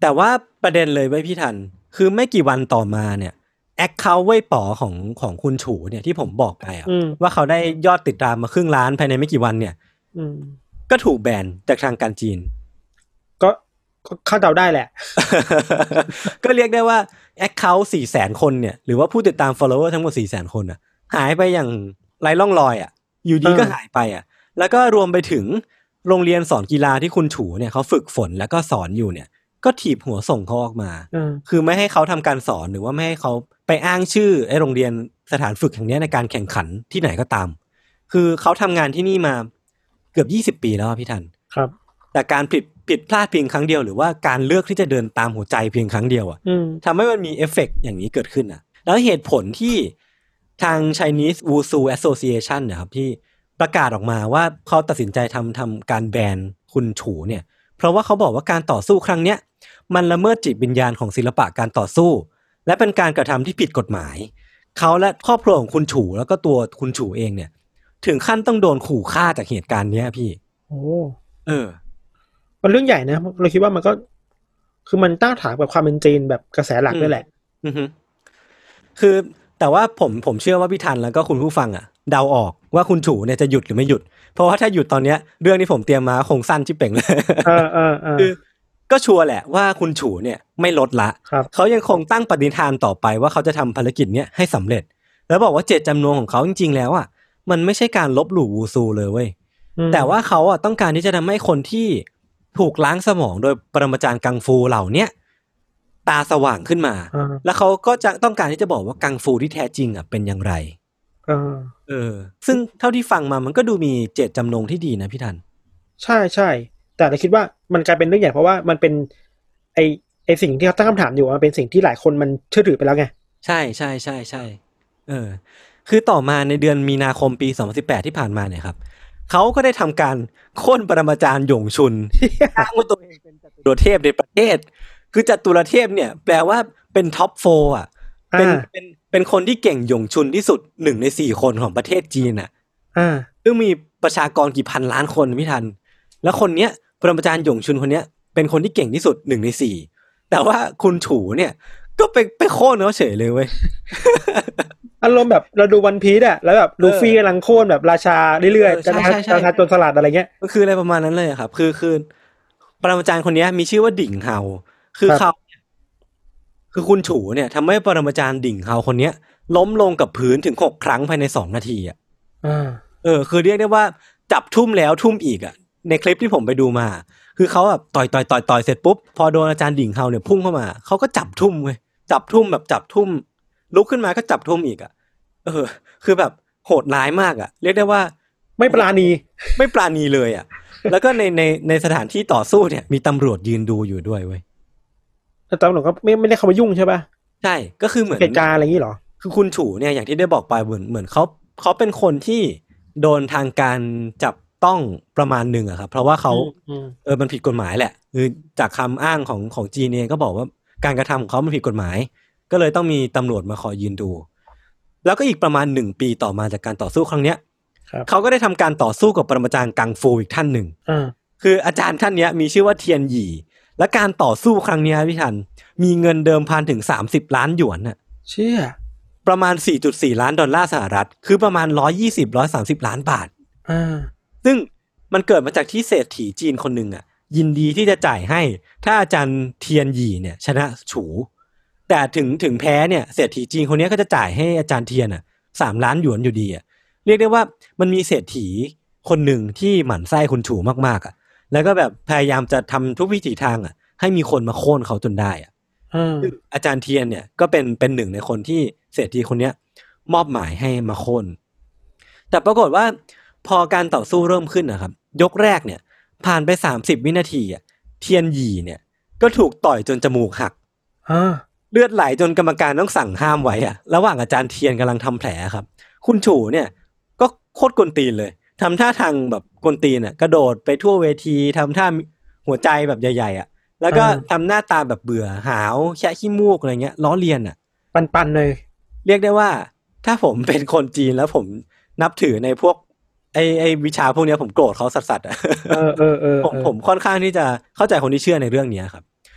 แต่ว่าประเด็นเลยไว้พี่ทันคือไม่กี่วันต่อมาเนี่ยแอคเคาท์เว่ยป๋อของของคุณฉูเนี่ยที่ผมบอกไปอ่ะว่าเขาได้ยอดติดตามมาครึ่งล้านภายในไม่กี่วันเนี่ยก็ถูกแบนจากทางการจีนก็เข้าเดาได้แหละก็เรียกได้ว่าแอคเคาท์ สี่แสน คนเนี่ยหรือว่าผู้ติดตาม follower ทั้งหมด สี่แสน คนอ่ะหายไปอย่างไร้ร่องรอยอ่ะอยู่ดีก็หายไปอ่ะแล้วก็รวมไปถึงโรงเรียนสอนกีฬาที่คุณฉูเนี่ยเขาฝึกฝนแล้วก็สอนอยู่เนี่ยก็ถีบหัวส่งเขาออกมาคือไม่ให้เขาทำการสอนหรือว่าไม่ให้เขาไปอ้างชื่อไอ้โรงเรียนสถานฝึกแห่งนี้ในการแข่งขันที่ไหนก็ตามคือเขาทำงานที่นี่มาเกือบยี่สิบปีแล้วพี่ทันครับแต่การผิดผิดพลาดเพียงครั้งเดียวหรือว่าการเลือกที่จะเดินตามหัวใจเพียงครั้งเดียวอ่ะทำให้มันมีเอฟเฟกต์อย่างนี้เกิดขึ้นอ่ะแล้วเหตุผลที่ทาง Chinese Wushu Association เนี่ยครับที่ประกาศออกมาว่าเขาตัดสินใจทำทำการแบนคุณฉูเนี่ยเพราะว่าเขาบอกว่าการต่อสู้ครั้งเนี้ยมันละเมิดจิตวิญญาณของศิลปะการต่อสู้และเป็นการกระทำที่ผิดกฎหมายเขาและครอบครัวของคุณฉูแล้วก็ตัวคุณฉูเองเนี่ยถึงขั้นต้องโดนขู่ฆ่าจากเหตุการณ์เนี้ยพี่โอ้เออมันเรื่องใหญ่นะเราคิดว่ามันก็คือมันตั้งฐานกับความเป็นจีนแบบกระแสหลักด้วยแหละอือฮึคือแต่ว่าผมผมเชื่อว่าพี่ทันแล้วก็คุณผู้ฟังอ่ะเดาออกว่าคุณฉูเนี่ยจะหยุดหรือไม่หยุดเพราะว่าถ้าหยุดตอนเนี้ยเรื่องที่ผมเตรียมมาคงสั้นชิบเป่งเลยเออเออเออคือก็ชัวร์แหละว่าคุณฉูเนี่ยไม่ลดละเขายังคงตั้งปณิธานต่อไปว่าเขาจะทำภารกิจเนี้ยให้สำเร็จแล้วบอกว่าเจตจำนงของเขาจริงๆแล้วอ่ะมันไม่ใช่การลบหลู่วูซูเลยเว้ยแต่ว่าเขาอ่ะต้องการที่จะทำให้คนที่ถูกล้างสมองโดยปรมาจารย์กังฟูเหล่าเนี้ยตาสว่างขึ้นมาแล้วเขาก็จะต้องการที่จะบอกว่ากังฟูที่แท้จริงอ่ะเป็นอย่างไรเออเออซึ่งเท่าที่ฟังมามันก็ดูมีเจตจำนงที่ดีนะพี่ทันใช่ใช่แต่เราคิดว่ามันกลายเป็นเรื่องใหญ่เพราะว่ามันเป็นไอไอสิ่งที่เขาตั้งคำถามอยู่มันเป็นสิ่งที่หลายคนมันเชื่อถือไปแล้วไงใช่ใช่ใช่ใช่เออคือต่อมาในเดือนมีนาคมปีสองพันสิบแปดที่ผ่านมาเนี่ยครับเขาก็ได้ทำการโค่นปรมาจารย์หยงชุนอ้างว่าตัวเองเป็นจตุรเทพในประเทศคือจตุรเทพเนี่ยแปลว่าเป็นท็อปโฟร์อ่ะเป็นเป็นเป็นคนที่เก่งหยงชุนที่สุดหนึ่งในสี่คนของประเทศจีนอ่ะอ่าซึ่งมีประชากรกี่พันล้านคนพี่ทันแล้วคนเนี้ยปรมาจารย์หยงชุนคนเนี้ยเป็นคนที่เก่งที่สุดหนึ่งในสี่แต่ว่าคุณฉูเนี่ยก็ไปไปโค่นเขาเฉยเลยเว้ยอารมณ์แบบเราดูวันพีซอ่ะแล้วแบบลูฟี่กำลังโค่นแบบราชาเรื่อยๆจะราชาจนสลัดอะไรเงี้ยก็คืออะไรประมาณนั้นเลยครับคือคือปรมาจารย์คนนี้มีชื่อว่าดิ่งเฮาคือเขาคือคุณฉูเนี่ยทำให้ปรมาจารย์ดิ่งเฮาคนนี้ล้มลงกับพื้นถึงหกครั้งภายในสองนาทีอ่ะเออคือเรียกได้ว่าจับทุ่มแล้วทุ่มอีกอ่ะในคลิปที่ผมไปดูมาคือเขาแบบต่อยต่อยต่อยต่อยเสร็จปุ๊บพอโดนอาจารย์ดิ่งเฮาเนี่ยพุ่งเข้ามาเขาก็จับทุ่มเว้ยจับทุ่มแบบจับทุ่มลุกขึ้นมาก็จับทุ่มอีกอ่ะเออคือแบบโหดร้ายมากอ่ะเรียกได้ว่าไม่ปราณีไม่ปราณีเลยอ่ะแล้วก็ในในในสถานที่ต่อสู้เนี่ยมีตำรวจยืนดูอยู่ด้วยเว้ยแต่ตำรวจก็ไม่ไม่ได้เข้ามายุ่งใช่ป่ะใช่ก็คือเหมือนเหตุการณ์อะไรอย่างนี้หรอคือคุณฉูเนี่ยอย่างที่ได้บอกไปเหมือนเหมือนเขาเขาเป็นคนที่โดนทางการจับต้องประมาณหนึ่งอะครับเพราะว่าเขาเออมันผิดกฎหมายแหละคือจากคำอ้างของของจีนเองก็บอกว่าการกระทำของเขามันผิดกฎหมายก็เลยต้องมีตำรวจมาคอยยืนดูแล้วก็อีกประมาณหนึ่งปีต่อมาจากการต่อสู้ครั้งเนี้ยเขาก็ได้ทำการต่อสู้กับปรมาจารย์กังฟูอีกท่านหนึ่งคืออาจารย์ท่านนี้มีชื่อว่าเทียนหยี่และการต่อสู้ครั้งนี้พี่ทันมีเงินเดิมพันถึงสามสิบล้านหยวนน่ะเชี่ยประมาณ สี่จุดสี่ ล้านดอลลาร์สหรัฐคือประมาณหนึ่งร้อยยี่สิบ หนึ่งร้อยสามสิบล้านบาทอ่าซึ่งมันเกิดมาจากที่เศรษฐีจีนคนหนึ่งอ่ะยินดีที่จะจ่ายให้ถ้าอาจารย์เทียนหยี่เนี่ยชนะฉูแต่ถึงถึงแพ้เนี่ยเศรษฐีจีนคนนี้ก็จะจ่ายให้อาจารย์เทียนอ่ะสามล้านหยวนอยู่ดีอ่ะเรียกได้ว่ามันมีเศรษฐีคนหนึ่งที่หมั่นไส้คุณฉูมากๆอ่ะแล้วก็แบบพยายามจะทำทุกวิถีทางอ่ะให้มีคนมาโค่นเขาจนได้อ่ะอาจารย์เทียนเนี่ยก็เป็นเป็นหนึ่งในคนที่เศรษฐีคนนี้มอบหมายให้มาโค่นแต่ปรากฏว่าพอการต่อสู้เริ่มขึ้นนะครับยกแรกเนี่ยผ่านไปสามสิบวินาทีอ่ะเทียนหยี่เนี่ยก็ถูกต่อยจนจมูกหักเลือดไหลจนกรรมการต้องสั่งห้ามไว้อ่ะระหว่างอาจารย์เทียนกำลังทำแผลครับคุณฉูเนี่ยก็โคตรกวนตีนเลยทำท่าทางแบบกวนตีนอ่ะกระโดดไปทั่วเวทีทำท่าหัวใจแบบใหญ่ๆอ่ะแล้วก็ทำหน้าตาแบบเบื่อหาวแฉะขี้มูกอะไรเงี้ยล้อเลียนอ่ะปันๆเลยเรียกได้ว่าถ้าผมเป็นคนจีนแล้วผมนับถือในพวกไอไอวิชาพวกนี้ผมโกรธเขาสัสๆอ่ะเออเออเออผมผมค่อนข้างที่จะเข้าใจคนที่เชื่อในเรื่องนี้ครับ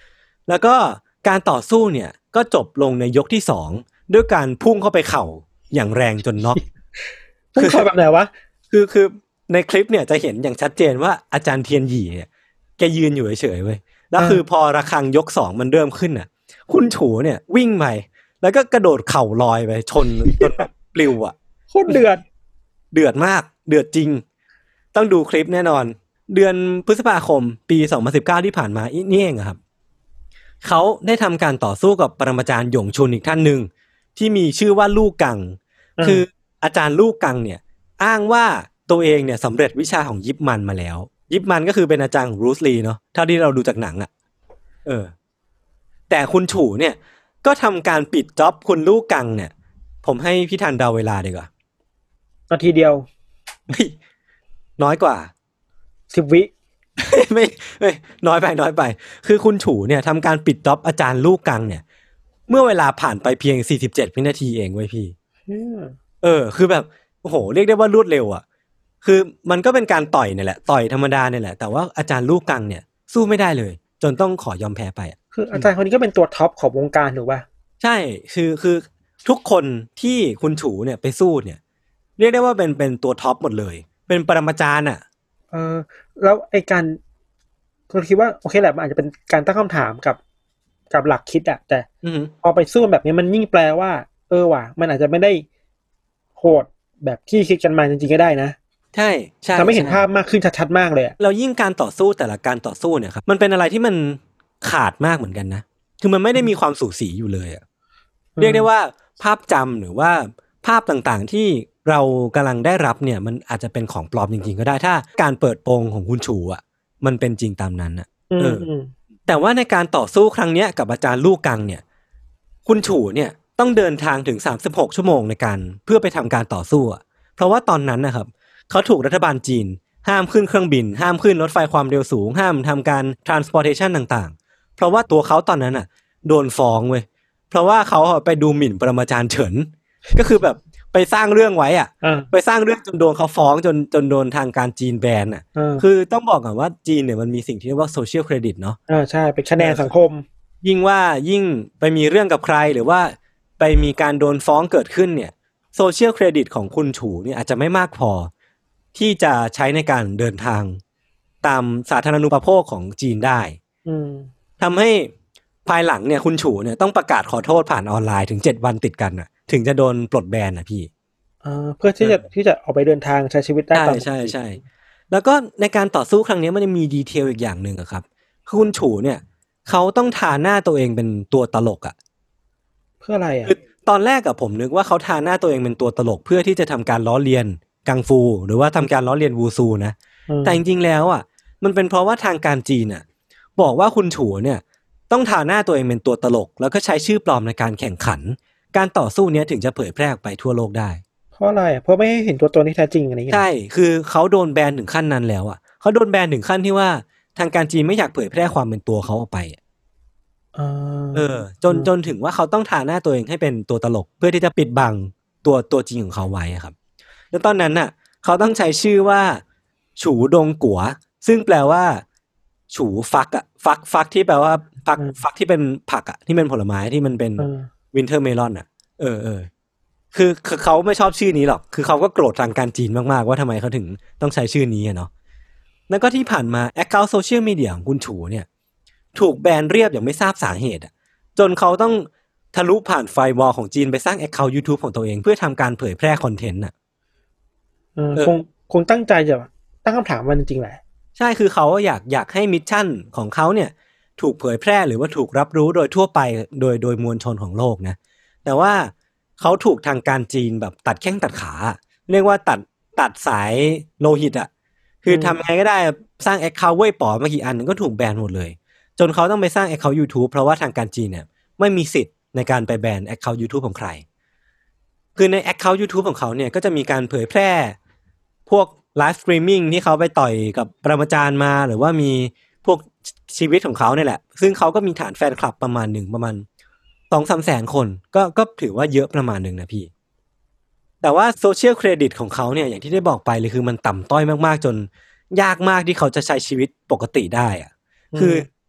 แล้วก็การต่อสู้เนี่ยก็จบลงในยกที่สองด้วยการพุ่งเข้าไปเข่าอย่างแรงจนน็อกพุ่งเข้าแบบไหนวะคือคือในคลิปเนี่ยจะเห็นอย่างชัดเจนว่าอาจารย์เทียนหยี่เนี่ยแกยืนอยู่เฉยๆเว้ยแล้วคือพอระฆังยกสองมันเริ่มขึ้นน่ะคุณฉูเนี่ยวิ่งไปแล้วก็กระโดดเข่าลอยไปชนจนแบบปลิวอ่ะโคตรเดือดเดือดมากเดือดจริงต้องดูคลิปแน่นอนเดือนพฤษภาคมปีสองพันสิบเก้าที่ผ่านมานี่เองครับเขาได้ทำการต่อสู้กับปรมาจารย์หยงชุนอีกท่านหนึ่งที่มีชื่อว่าลู่กังคืออาจารย์ลู่กังเนี่ยอ้างว่าตัวเองเนี่ยสำเร็จวิชาของยิปมันมาแล้วยิปมันก็คือเป็นอาจารย์ของบรูซลีเนาะเท่าที่เราดูจากหนังอ่ะเออแต่คุณฉูเนี่ยก็ทำการปิดจ็อบคุณลู่กังเนี่ยผมให้พี่ทันเดาเวลาดีกว่านาทีเดียวน้อยกว่าสิบวิไม่ไม่น้อยไปน้อยไปคือคุณฉูเนี่ยทำการปิดจ็อบอาจารย์ลู่กังเนี่ยเมื่อเวลาผ่านไปเพียงสี่สิบเจ็ดวินาทีเองเว้ยพี่เออคือแบบโอ้โหเรียกได้ว่ารวดเร็วอ่ะคือมันก็เป็นการต่อยเนี่ยแหละต่อยธรรมดาเนี่ยแหละแต่ว่าอาจารย์ลู่กังเนี่ยสู้ไม่ได้เลยจนต้องขอยอมแพ้ไปอ่ะคืออาจารย์คนนี้ก็เป็นตัวท็อปของวงการถูกป่ะใช่คือคือทุกคนที่คุณฉูเนี่ยไปสู้เนี่ยเรียกได้ว่าเป็นเป็นตัวท็อปหมดเลยเป็นปรมาจารย์อ่ะเออแล้วไอ้การคุณคิดว่าโอเคแหละมันอาจจะเป็นการตั้งคำถามกับกับหลักคิดอะแต่พอไปสู้แบบนี้มันยิ่งแปลว่าเออว่ะมันอาจจะไม่ได้โหดแบบที่คิดกันมาจริงๆก็ได้นะใช่ใช่ทำให้เห็นภาพมากขึ้นชัดๆมากเลยเรายิ่งการต่อสู้แต่ละการต่อสู้เนี่ยครับมันเป็นอะไรที่มันขาดมากเหมือนกันนะคือมันไม่ได้มีความสูสีอยู่เลยอะเรียกได้ว่าภาพจำหรือว่าภาพต่างๆที่เรากำลังได้รับเนี่ยมันอาจจะเป็นของปลอมจริงๆก็ได้ถ้าการเปิดโปงของคุณฉูอ่ะมันเป็นจริงตามนั้นอ่ะเออแต่ว่าในการต่อสู้ครั้งเนี้ยกับอาจารย์ลู่กังเนี่ยคุณฉูเนี่ยต้องเดินทางถึงสามสิบหกชั่วโมงในการเพื่อไปทำการต่อสู้อ่ะเพราะว่าตอนนั้นนะครับเขาถูกรัฐบาลจีนห้ามขึ้นเครื่องบินห้ามขึ้นรถไฟความเร็วสูงห้ามทำการ transportation ต่างๆเพราะว่าตัวเขาตอนนั้นอ่ะโดนฟ้องเว้ยเพราะว่าเขาไปดูหมิ่นปรมาจารย์เฉินก็คือแบบไปสร้างเรื่องไว้อ่ะไปสร้างเรื่องจนโดนเขาฟ้องจนจนโดนทางการจีนแบนอ่ะคือต้องบอกก่อนว่าจีนเนี่ยมันมีสิ่งที่เรียกว่าโซเชียลเครดิตเนาะอ่าใช่เป็นคะแนนสังคมยิ่งว่ายิ่งไปมีเรื่องกับใครหรือว่าไปมีการโดนฟ้องเกิดขึ้นเนี่ยโซเชียลเครดิตของคุณฉูเนี่ยอาจจะไม่มากพอที่จะใช้ในการเดินทางตามสาธารณูปโภคของจีนได้ทำให้ภายหลังเนี่ยคุณฉูเนี่ยต้องประกาศขอโทษผ่านออนไลน์ถึงเจ็ดวันติดกันน่ะถึงจะโดนปลดแบนนะพี่เพื่อที่จะที่จะออกไปเดินทางใช้ชีวิตได้ตามใช่ใช่แล้วก็ในการต่อสู้ครั้งนี้มันมีดีเทลอีกอย่างหนึ่งครับคุณฉูเนี่ยเขาต้องทาหน้าตัวเองเป็นตัวตลกอ่ะเพื่ออะไรอ่ะตอนแรกอะผมนึกว่าเขาทาหน้าตัวเองเป็นตัวตลกเพื่อที่จะทำการล้อเลียนกังฟูหรือว่าทำการล้อเลียนวูซูนะแต่จริงๆแล้วอ่ะมันเป็นเพราะว่าทางการจีนอ่ะบอกว่าคุณฉูเนี่ยต้องทาหน้าตัวเองเป็นตัวตลกแล้วก็ใช้ชื่อปลอมในการแข่งขันการต่อสู้เนี้ยถึงจะเผยแพร่ออกไปทั่วโลกได้เพราะอะไรอ่ะเพราะไม่ให้เห็นตัวตนที่แท้จริงอะไรอย่างเงี้ยใช่คือเขาโดนแบนถึงขั้นนั้นแล้วอ่ะเขาโดนแบนถึงขั้นที่ว่าทางการจีนไม่อยากเผยแพร่ความเป็นตัวเขาออกไปเออจนจนถึงว่าเขาต้องทาหน้าตัวเองให้เป็นตัวตลกเพื่อที่จะปิดบังตัวตัวจริงของเขาไว้ครับแล้วตอนนั้นน่ะเขาต้องใช้ชื่อว่าฉูดงกัวซึ่งแปลว่าฉูฟักอ่ะฟักฟักที่แปลว่าฟักฟักที่เป็นผักอ่ะที่เป็นผลไม้ที่มันเป็นวินเทอร์เมลอนอ่ะเออเออคือคือเขาไม่ชอบชื่อนี้หรอกคือเขาก็โกรธทางการจีนมากๆว่าทำไมเขาถึงต้องใช้ชื่อนี้เนาะแล้วก็ที่ผ่านมาแอคเคาท์โซเชียลมีเดียของคุณฉูเนี่ยถูกแบนเรียบอย่างไม่ทราบสาเหตุอ่ะจนเขาต้องทะลุผ่านไฟวอลของจีนไปสร้างแอคเคาท์ YouTube ของตัวเองเพื่อทำการเผยแพร่คอนเทนต์อ่ะเออคงคงตั้งใจจะตั้งคำถามมันจริงๆแหละใช่คือเขาอยากอยากให้มิชชั่นของเขาเนี่ยถูกเผยแพร่หรือว่าถูกรับรู้โดยทั่วไปโดยโดยมวลชนของโลกนะแต่ว่าเขาถูกทางการจีนแบบตัดแข้งตัดขาเรียกว่าตัดตัดสายโลหิตอ่ะคือทำไงก็ได้สร้างแอคเคาท์เว่ยป๋อมากี่อันก็ถูกแบนหมดเลยจนเขาต้องไปสร้างแอคเคาท์ YouTube เพราะว่าทางการจีนเนี่ยไม่มีสิทธิ์ในการไปแบนแอคเคาท์ YouTube ของใครคือในแอคเคาท์ YouTube ของเขาเนี่ยก็จะมีการเผยแพร่พวกไลฟ์สตรีมมิ่งที่เขาไปต่อยกับปรมาจารย์มาหรือว่ามีพวกชีวิตของเขาเนี่ยแหละซึ่งเขาก็มีฐานแฟนคลับประมาณหนึ่งประมาณ สองถึงสาม แสนคนก็ก็ถือว่าเยอะประมาณหนึ่งนะพี่แต่ว่าโซเชียลเครดิตของเขาเนี่ยอย่างที่ได้บอกไปเลยคือมันต่ำต้อยมากๆจนยากมากที่เขาจะใช้ชีวิตปกติได้อะคือ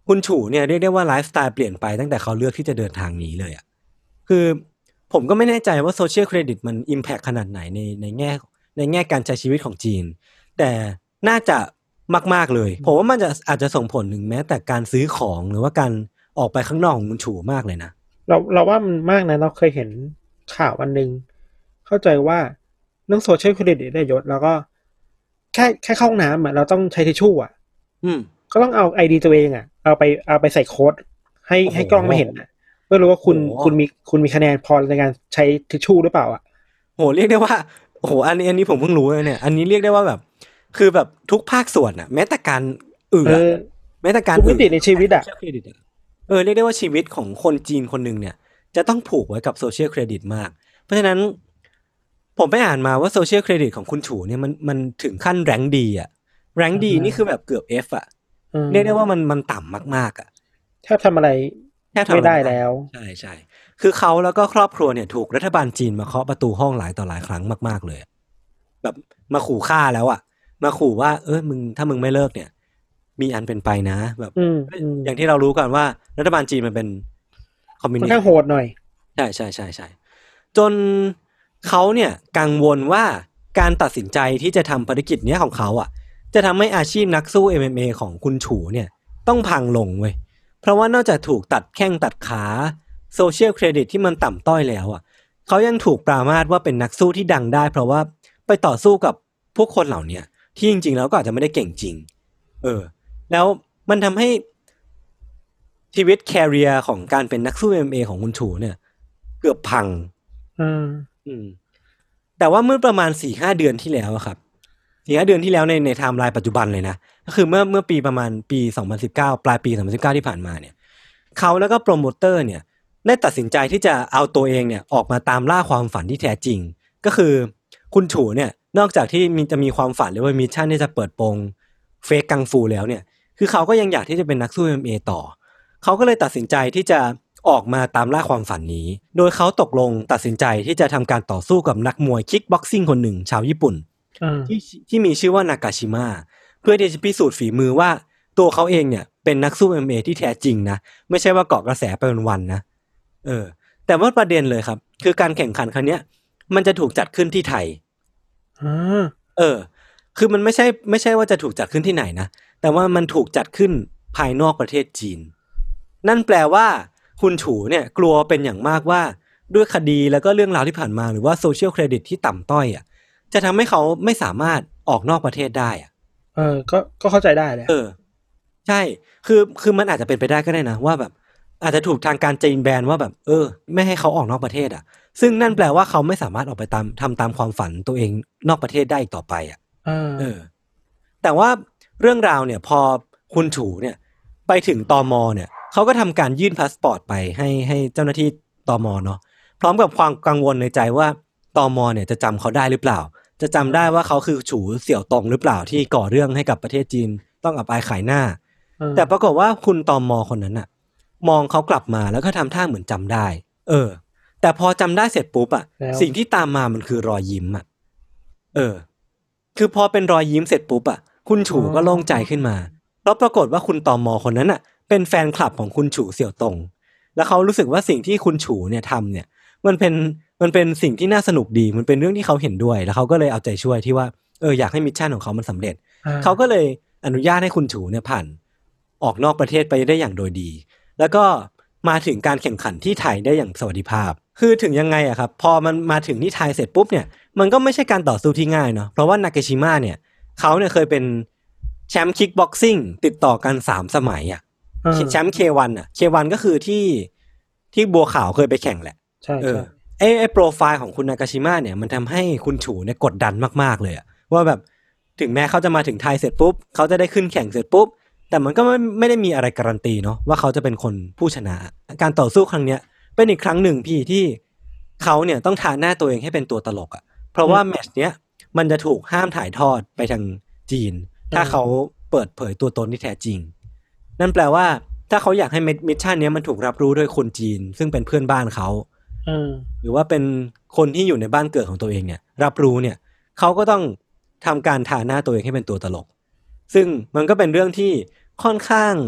คุณฉูเนี่ยเรียกได้ว่าไลฟ์สไตล์เปลี่ยนไปตั้งแต่เขาเลือกที่จะเดินทางนี้เลยอ่ะคือผมก็ไม่แน่ใจว่าโซเชียลเครดิตมันอิมแพคขนาดไหนในในแง่ในแง่การใช้ชีวิตของจีนแต่น่าจะมากๆเลยผมว่ามันจะอาจจะส่งผลถึงแม้แต่การซื้อของหรือว่าการออกไปข้างนอกของคุณฉูมากเลยนะเราเราว่ามันมากนะเราเคยเห็นข่าวอันนึงเข้าใจว่าเรื่องโซเชียลเครดิตได้ยศแล้วก็แค่แค่เข้าห้องน้ำอ่ะเราต้องใช้ทิชชู่อ่ะอืมก็ต้องเอา ไอ ดี ตัวเองอ่ะเอาไปเอาไปใส่โค้ดให้ให้กล้องไม่เห็นอ่ะเพื่อรู้ว่าคุณคุณมีคุณมีคะแนนพอในการใช้ทิชชู่หรือเปล่าอ่ะโหเรียกได้ว่าโหอันนี้อันนี้ผมเพิ่งรู้เลยเนี่ยอันนี้เรียกได้ว่าแบบคือแบบทุกภาคส่วนอ่ะแม้แต่การอื่นแม้แต่การทุกมิติในชีวิตอ่ะเออเรียกได้ว่าชีวิตของคนจีนคนนึงเนี่ยจะต้องผูกไว้กับโซเชียลเครดิตมากเพราะฉะนั้นผมไปอ่านมาว่าโซเชียลเครดิตของคุณฉูเนี่ยมันมันถึงขั้นแรงดีอ่ะแรงดีนี่คือแบบเกือบ F อ่ะเรียกได้ว่ามันมันต่ำมากๆอ่ะแทบทำอะไรแทบไม่ได้แล้วใช่ใช่คือเขาแล้วก็ครอบครัวเนี่ยถูกรัฐบาลจีนมาเคาะประตูห้องหลายต่อหลายครั้งมากๆเลยแบบมาขู่ฆ่าแล้วอ่ะมาขู่ว่าเออมึงถ้ามึงไม่เลิกเนี่ยมีอันเป็นไปนะแบบอย่างที่เรารู้กันว่ารัฐบาลจีนมันเป็นคอมมิวนิสต์ค่อนข้างโหดหน่อยใช่ใช่ใช่ใช่จนเขาเนี่ยกังวลว่าการตัดสินใจที่จะทำภารกิจนี้ของเขาอ่ะจะทำให้อาชีพนักสู้ เอ็ม เอ็ม เอ ของคุณฉูเนี่ยต้องพังลงเว้ยเพราะว่านอกจากถูกตัดแข้งตัดขาโซเชียลเครดิตที่มันต่ำต้อยแล้วอ่ะเขายังถูกปรามาสว่าเป็นนักสู้ที่ดังได้เพราะว่าไปต่อสู้กับพวกคนเหล่านี้ที่จริงๆแล้วก็อาจจะไม่ได้เก่งจริงเออแล้วมันทำให้ชีวิตแคเรียร์ของการเป็นนักสู้ เอ็ม เอ็ม เอ ของคุณฉูเนี่ยเกือบพังอืมอืมแต่ว่าเมื่อประมาณ สี่ห้า เดือนที่แล้วครับ สี่ห้า เดือนที่แล้วในในไทม์ไลน์ปัจจุบันเลยนะก็คือเมื่อเมื่อปีประมาณปีสองพันสิบเก้าปลายปีสองพันสิบเก้าที่ผ่านมาเนี่ยเขาแล้วก็โปรโมเตอร์เนี่ยได้ตัดสินใจที่จะเอาตัวเองเนี่ยออกมาตามล่าความฝันที่แท้จริงก็คือคุณฉูเนี่ยนอกจากที่มีจะมีความฝันหรือว่ามิชชั่นที่จะเปิดโปงเฟกกังฟูแล้วเนี่ยคือเขาก็ยังอยากที่จะเป็นนักสู้ เอ็ม เอ็ม เอ ต่อเขาก็เลยตัดสินใจที่จะออกมาตามล่าความฝันนี้โดยเขาตกลงตัดสินใจที่จะทำการต่อสู้กับนักมวยคิกบ็อกซิ่งคนหนึ่งชาวญี่ปุ่นที่ที่มีชื่อว่านากาชิมะเพื่อที่จะพิสูจน์ฝีมือว่าตัวเขาเองเนี่ยเป็นนักสู้ เอ็ม เอ็ม เอ ที่แท้จริงนะไม่ใช่ว่าเกาะกระแสไปวันๆนะเออแต่ว่าประเด็นเลยครับคือการแข่งขันครั้งเนี้ยมันจะถูกจัดขึ้นที่ไทยเออคือมันไม่ใช่ไม่ใช่ว่าจะถูกจัดขึ้นที่ไหนนะแต่ว่ามันถูกจัดขึ้นภายนอกประเทศจีนนั่นแปลว่าคุณฉูเนี่ยกลัวเป็นอย่างมากว่าด้วยคดีแล้วก็เรื่องราวที่ผ่านมาหรือว่าโซเชียลเครดิตที่ต่ำต้อยอ่ะจะทำให้เขาไม่สามารถออกนอกประเทศได้อ่ะเออก็ก็เข้าใจได้เลยเออใช่คือคือมันอาจจะเป็นไปได้ก็ได้นะว่าแบบอาจจะถูกทางการจีนแบนว่าแบบเออไม่ให้เขาออกนอกประเทศอ่ะซึ่งนั่นแปลว่าเขาไม่สามารถออกไปตามทำตามความฝันตัวเองนอกประเทศได้อีกต่อไปอ่ะเออแต่ว่าเรื่องราวเนี่ยพอคุณฉูเนี่ยไปถึงตม.เนี่ยเขาก็ทำการยื่นพาสปอร์ตไปให้ให้เจ้าหน้าที่ตม.เนาะพร้อมกับความกังวลในใจว่าตม.เนี่ยจะจำเขาได้หรือเปล่าจะจำได้ว่าเขาคือฉูเสี่ยวตงหรือเปล่าที่ก่อเรื่องให้กับประเทศจีนต้องอับอายขายหน้าแต่ปรากฏว่าคุณตม.คนนั้นน่ะมองเขากลับมาแล้วก็ทำท่าเหมือนจำได้เออแต่พอจำได้เสร็จปุ๊บอ่ะสิ่งที่ตามมามันคือรอยยิ้มอ่ะเออคือพอเป็นรอยยิ้มเสร็จปุ๊บอ่ะคุณฉูก็โล่งใจขึ้นมาเพราะปรากฏว่าคุณตม.คนนั้นน่ะเป็นแฟนคลับของคุณฉูเสี่ยวตงแล้วเขารู้สึกว่าสิ่งที่คุณฉูเนี่ยทำเนี่ยมันเป็นมันเป็นสิ่งที่น่าสนุกดีมันเป็นเรื่องที่เขาเห็นด้วยแล้วเขาก็เลยเอาใจช่วยที่ว่าเอออยากให้มิชชั่นของเขามันสำเร็จเขาก็เลยอนุญาตให้คุณฉูเนี่ยผ่านออกนอกประเทศไปได้อย่างโดยดีแล้วก็มาถึงการแข่งขันที่ไทยได้อย่างสวัสดิภาพคือถึงยังไงอะครับพอมันมาถึงที่ไทยเสร็จปุ๊บเนี่ยมันก็ไม่ใช่การต่อสู้ที่ง่ายเนาะเพราะว่านากาชิมะเนี่ยเขาเนี่ยเคยเป็นแชมป์คิกบ็อกซิ่งติดต่อกันสามสมัยอะแชมป์ เค วัน อ่ะ เค วัน ก็คือที่ที่บัวขาวเคยไปแข่งแหละใช่ๆไอ้ไอ้โปรไฟล์ของคุณนากาชิมะเนี่ยมันทำให้คุณฉูเนี่ยกดดันมากๆเลยอะว่าแบบถึงแม้เขาจะมาถึงไทยเสร็จปุ๊บเขาจะได้ขึ้นแข่งเสร็จปุ๊บแต่มันก็ไม่ไม่ได้มีอะไรการันตีเนาะว่าเขาจะเป็นคนผู้ชนะการต่อสู้ครั้งเนี้ยเป็นอีกครั้งหนึ่งพี่ที่เขาเนี่ยต้องทาหน้าตัวเองให้เป็นตัวตลกอะเพราะว่าแมตช์เนี้ยมันจะถูกห้ามถ่ายทอดไปทางจีนถ้าเขาเปิดเผยตัวตนที่แท้จริงนั่นแปลว่าถ้าเขาอยากให้มิชชั่นนี้มันถูกรับรู้โดยคนจีนซึ่งเป็นเพื่อนบ้านเขาหรือว่าเป็นคนที่อยู่ในบ้านเกิดของตัวเองเนี่ยรับรู้เนี่ยเขาก็ต้องทำการทาหน้าตัวเองให้เป็นตัวตลกซึ่งมันก็เป็นเรื่องที่ค่อนข้าง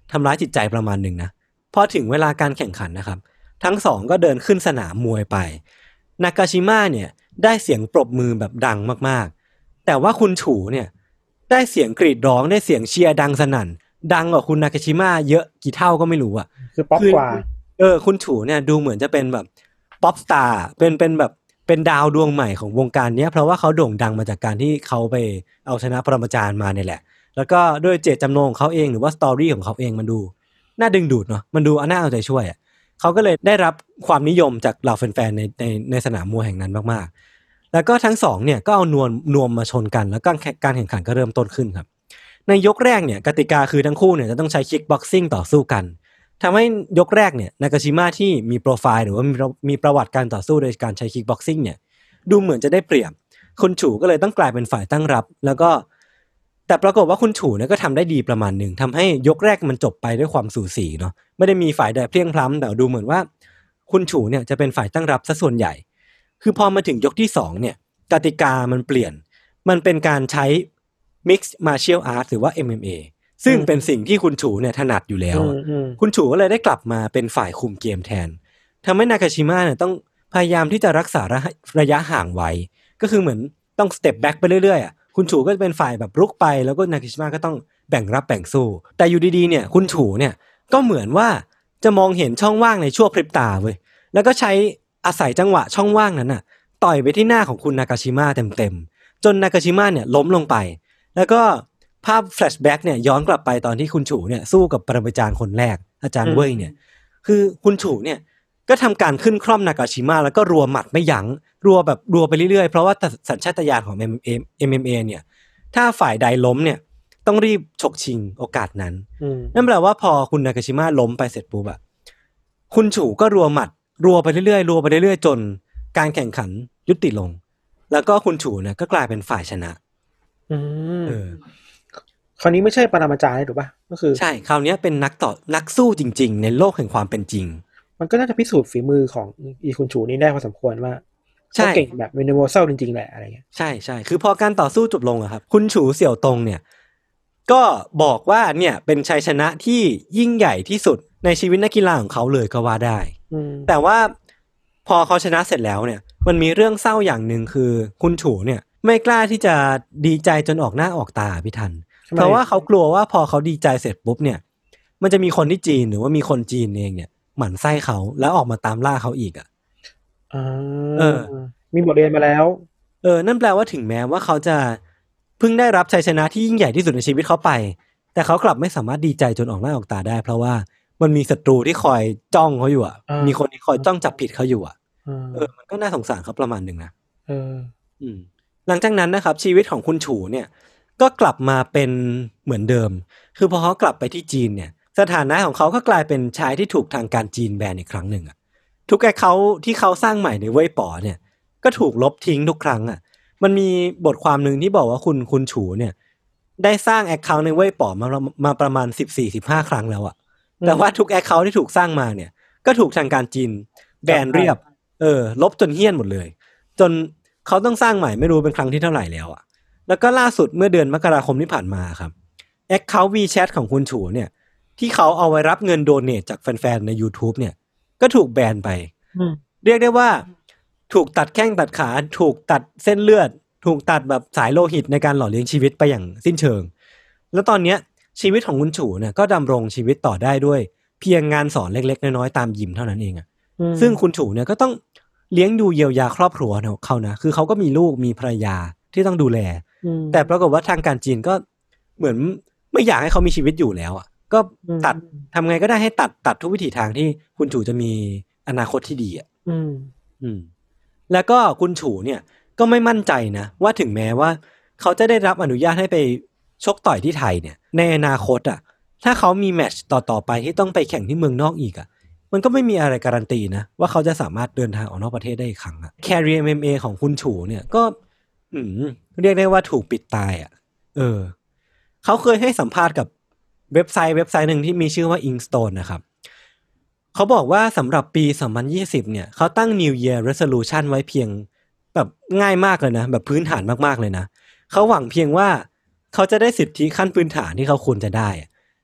ทำร้ายจิตใจประมาณหนึ่งนะพอถึงเวลาการแข่งขันนะครับทั้งสองก็เดินขึ้นสนามมวยไปนากาชิมะเนี่ยได้เสียงปรบมือแบบดังมากๆแต่ว่าคุณฉูเนี่ยได้เสียงกรีดร้องได้เสียงเชียร์ดังสนั่นดังกว่าคุณนากาชิมะเยอะกี่เท่าก็ไม่รู้อ่ะคือป๊อปกว่าเออคุณฉูเนี่ยดูเหมือนจะเป็นแบบป๊อปสตาร์เป็นเป็นแบบเป็นดาวดวงใหม่ของวงการนี้เพราะว่าเขาโด่งดังมาจากการที่เขาไปเอาชนะปรมาจารย์มาเนี่ยแหละแล้วก็ด้วยเจตจำนงของเขาเองหรือว่าสตอรี่ของเขาเองมันดูน่าดึงดูดเนาะมันดูน่าเอาใจช่วยอ่ะเขาก็เลยได้รับความนิยมจากเหล่าแฟนๆในในในสนามมวยแห่งนั้นมากๆแล้วก็ทั้งสองเนี่ยก็เอานวมนวมมาชนกันแล้วก็การแข่งขันก็เริ่มต้นขึ้นครับในยกแรกเนี่ยกติกาคือทั้งคู่เนี่ยจะต้องใช้คิกบ็อกซิ่งต่อสู้กันทำให้ยกแรกเนี่ยนากาชิมะที่มีโปรไฟล์หรือว่ามีมีประวัติการต่อสู้โดยการใช้คิกบ็อกซิ่งเนี่ยดูเหมือนจะได้เปรียบคุณฉูก็เลยต้องกลายเป็นฝ่ายตั้งรับแล้วก็แต่ปรากฏว่าคุณฉูเนี่ยก็ทำได้ดีประมาณหนึ่งทำให้ยกแรกมันจบไปด้วยความสูสีเนาะไม่ได้มีฝ่ายใดเพลียงพล้ำแต่ดูเหมือนว่าคุณฉูเนี่ยจะเป็นฝ่ายตั้งรับซะส่วนใหญ่คือพอมาถึงยกที่สองเนี่ยกติกามันเปลี่ยนมันเป็นการใช้ Mixed Martial Arts หรือว่า เอ็ม เอ็ม เอ ซึ่งเป็นสิ่งที่คุณฉูเนี่ยถนัดอยู่แล้วคุณฉูก็เลยได้กลับมาเป็นฝ่ายคุมเกมแทนทำให้นากาชิมะเนี่ยต้องพยายามที่จะรักษาระยะห่างไว้ก็คือเหมือนต้องสเต็ปแบ็กไปเรื่อยๆอ่ะคุณฉูก็จะเป็นฝ่ายแบบรุกไปแล้วก็นากาชิมะก็ต้องแบ่งรับแบ่งสู้แต่อยู่ดีๆเนี่ยคุณฉูเนี่ยก็เหมือนว่าจะมองเห็นช่องว่างในชั่วพริบตาเว้ยแล้วก็ใช้อาศัยจังหวะช่องว่างนั้นน่ะต่อยไปที่หน้าของคุณนากาชิมะเต็มๆจนนากาชิมะเนี่ยล้มลงไปแล้วก็ภาพแฟลชแบ็กเนี่ยย้อนกลับไปตอนที่คุณฉูเนี่ยสู้กับปรมาจารย์คนแรกอาจารย์เว่ยเนี่ยคือคุณฉูเนี่ยก็ทำการขึ้นคร่อมนากาชิมะแล้วก็รัวหมัดไม่ยั้งรัวแบบรัวไปเรื่อยๆเพราะว่าสัญชาตญาณของ เอ็ม เอ็ม เอ เนี่ยถ้าฝ่ายใดล้มเนี่ยต้องรีบฉกชิงโอกาสนั้นนั่นแปลว่าพอคุณนากาชิมะล้มไปเสร็จปุ๊บอะคุณฉูก็รัวหมัดรัวไปเรื่อยๆรัวไปเรื่อยๆจนการแข่งขันยุติลงแล้วก็คุณฉูเนี่ยก็กลายเป็นฝ่ายชนะอืมเออคราวนี้ไม่ใช่ปรมาจารย์ถูกป่ะก็คือใช่คราวนี้เป็นนักต่อนักสู้จริงๆในโลกแห่งความเป็นจริงมันก็น่าจะพิสูจน์ฝีมือของอีคุณฉูนี่ได้พอสมควรว่าเขาเก่งแบบยูนิเวอร์แซลจริงๆแหละอะไรเงี้ยใช่ใช่คือพอการต่อสู้จบลงอะครับคุณฉูเสี่ยวตงเนี่ยก็บอกว่าเนี่ยเป็นชัยชนะที่ยิ่งใหญ่ที่สุดในชีวิตนักกีฬาของเขาเลยก็ว่าได้แต่ว่าพอเขาชนะเสร็จแล้วเนี่ยมันมีเรื่องเศร้าอย่างหนึ่งคือคุณฉูเนี่ยไม่กล้าที่จะดีใจจนออกหน้าออกตาพี่ทันเพราะว่าเขากลัวว่าพอเขาดีใจเสร็จปุ๊บเนี่ยมันจะมีคนที่จีนหรือว่ามีคนจีนเองเนี่ยหมั่นไส้เขาแล้วออกมาตามล่าเขาอีกอ่ะเออมีบทเรียนมาแล้วเออนั่นแปลว่าถึงแม้ว่าเขาจะเพิ่งได้รับชัยชนะที่ยิ่งใหญ่ที่สุดในชีวิตเขาไปแต่เขากลับไม่สามารถดีใจจนออกหน้าออกตาได้เพราะว่ามันมีศัตรูที่คอยจ้องเขาอยู่อ่ะมีคนที่คอยจ้องจับผิดเขาอยู่อ่ะเออมันก็น่าสงสารเขาประมาณนึงนะเอออืมหลังจากนั้นนะครับชีวิตของคุณฉูเนี่ยก็กลับมาเป็นเหมือนเดิมคือพอเขากลับไปที่จีนเนี่ยสถานะของเขาก็กลายเป็นชายที่ถูกทางการจีนแบนอีกครั้งหนึ่งอ่ะทุกแอคเคาท์ที่เขาสร้างใหม่ในเว่ยป๋อเนี่ยก็ถูกลบทิ้งทุกครั้งอ่ะมันมีบทความนึงที่บอกว่าคุณคุณฉูเนี่ยได้สร้างแอคเคาท์ในเว่ยป๋อมามาประมาณ สิบสี่ สิบห้า ครั้งแล้วอ่ะแต่ว่าทุกแอคเคาท์ที่ถูกสร้างมาเนี่ยก็ถูกทางการจีนแบนเรียบเออลบจนเฮี้ยนหมดเลยจนเขาต้องสร้างใหม่ไม่รู้เป็นครั้งที่เท่าไหร่แล้วอ่ะแล้วก็ล่าสุดเมื่อเดือนมกราคมที่ผ่านมาครับแอคเคาท์ WeChat ของคุณฉูเนี่ยที่เขาเอาไว้รับเงินโดเนทจากแฟนๆใน YouTube เนี่ยก็ถูกแบนไปเรียกได้ว่าถูกตัดแข้งตัดขาถูกตัดเส้นเลือดถูกตัดแบบสายโลหิตในการหล่อเลี้ยงชีวิตไปอย่างสิ้นเชิงแล้วตอนนี้ชีวิตของคุณฉูเนี่ยก็ดำรงชีวิตต่อได้ด้วยเพียงงานสอนเล็กๆน้อยๆตามยิมเท่านั้นเองอ่ะซึ่งคุณฉูเนี่ยก็ต้องเลี้ยงดูเยียวยาครอบครัวเขานะคือเขาก็มีลูกมีภรรยาที่ต้องดูแลแต่ปรากฏว่าทางการจีนก็เหมือนไม่อยากให้เขามีชีวิตอยู่แล้วอ่ะก็ตัดทำไงก็ได้ให้ตัดตัดทุกวิถีทางที่คุณฉูจะมีอนาคตที่ดีอ่ะอืมอืมแล้วก็คุณฉูเนี่ยก็ไม่มั่นใจนะว่าถึงแม้ว่าเขาจะได้รับอนุญาตให้ไปชกต่อยที่ไทยเนี่ยในอนาคตอ่ะถ้าเขามีแมตช์ต่อๆไปที่ต้องไปแข่งที่เมืองนอกอีกอ่ะมันก็ไม่มีอะไรการันตีนะว่าเขาจะสามารถเดินทางออกนอกประเทศได้อีกครั้งอ่ะแคริเอร์ เอ็ม เอ็ม เอ ของคุณฉูเนี่ยก็อืมเรียกได้ว่าถูกปิดตายอ่ะเออเขาเคยให้สัมภาษณ์กับเว็บไซต์เว็บไซต์หนึ่งที่มีชื่อว่า Inkstone นะครับเขาบอกว่าสำหรับปีสองพันยี่สิบเนี่ยเขาตั้ง New Year Resolution ไว้เพียงแบบง่ายมากเลยนะแบบพื้นฐานมากๆเลยนะเขาหวังเพียงว่าเขาจะได้สิทธิขั้นพื้นฐานที่เขาควรจะได้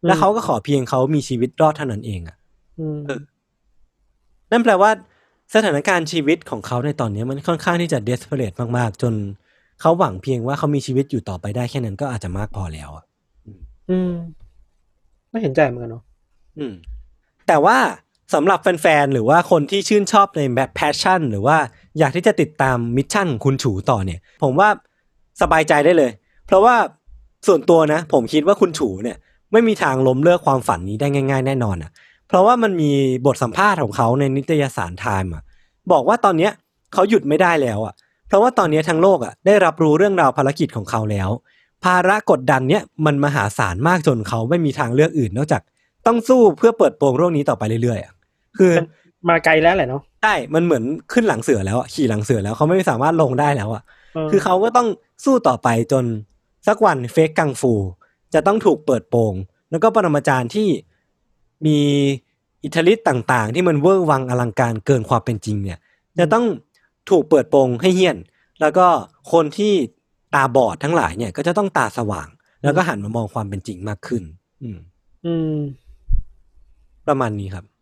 แล้วเขาก็ขอเพียงเขามีชีวิตรอดเท่านั้นเองอ่ะอืมเออนั่นแปลว่าสถานการณ์ชีวิตของเขาในตอนนี้มันค่อนข้างที่จะ desperate มากๆจนเขาหวังเพียงว่าเขามีชีวิตอยู่ต่อไปได้แค่นั้นก็อาจจะมากพอแล้วอ่ะอืมไม่เห็นใจเหมือนกันเนาะอืมแต่ว่าสำหรับแฟนๆหรือว่าคนที่ชื่นชอบในแบบ passion หรือว่าอยากที่จะติดตามมิชชั่นของคุณฉูต่อเนี่ยผมว่าสบายใจได้เลยเพราะว่าส่วนตัวนะผมคิดว่าคุณฉูเนี่ยไม่มีทางล้มเลิกความฝันนี้ได้ง่ายๆแน่นอนอ่ะเพราะว่ามันมีบทสัมภาษณ์ของเขาในนิตยสาร Time อ่ะบอกว่าตอนเนี้ยเขาหยุดไม่ได้แล้วอ่ะเพราะว่าตอนนี้ทั้งโลกอ่ะได้รับรู้เรื่องราวภารกิจของเขาแล้วภาระกดดันเนี้ยมันมหาศาลมากจนเขาไม่มีทางเลือกอื่นนอกจากต้องสู้เพื่อเปิดโปงโรคนี้ต่อไปเรื่อยๆอ่ะคือมาไกลแล้วแหละเนาะใช่มันเหมือนขึ้นหลังเสือแล้วอ่ะขี่หลังเสือแล้วเขาไม่สามารถลงได้แล้วอ่ะคือเขาก็ต้องสู้ต่อไปจนสักวันเฟกกังฟูจะต้องถูกเปิดโปงแล้วก็ปรมาจารย์ที่มีอิทธิฤทธิ์ต่างๆที่มันเวอร์วังอลังการเกินความเป็นจริงเนี่ยจะต้องถูกเปิดโปงให้เหี้ยนแล้วก็คนที่ตาบอดทั้งหลายเนี่ยก็จะต้องตาสว่างแล้วก็หันมามองความเป็นจริงมากขึ้นอืมอืมประมาณนี้ครับ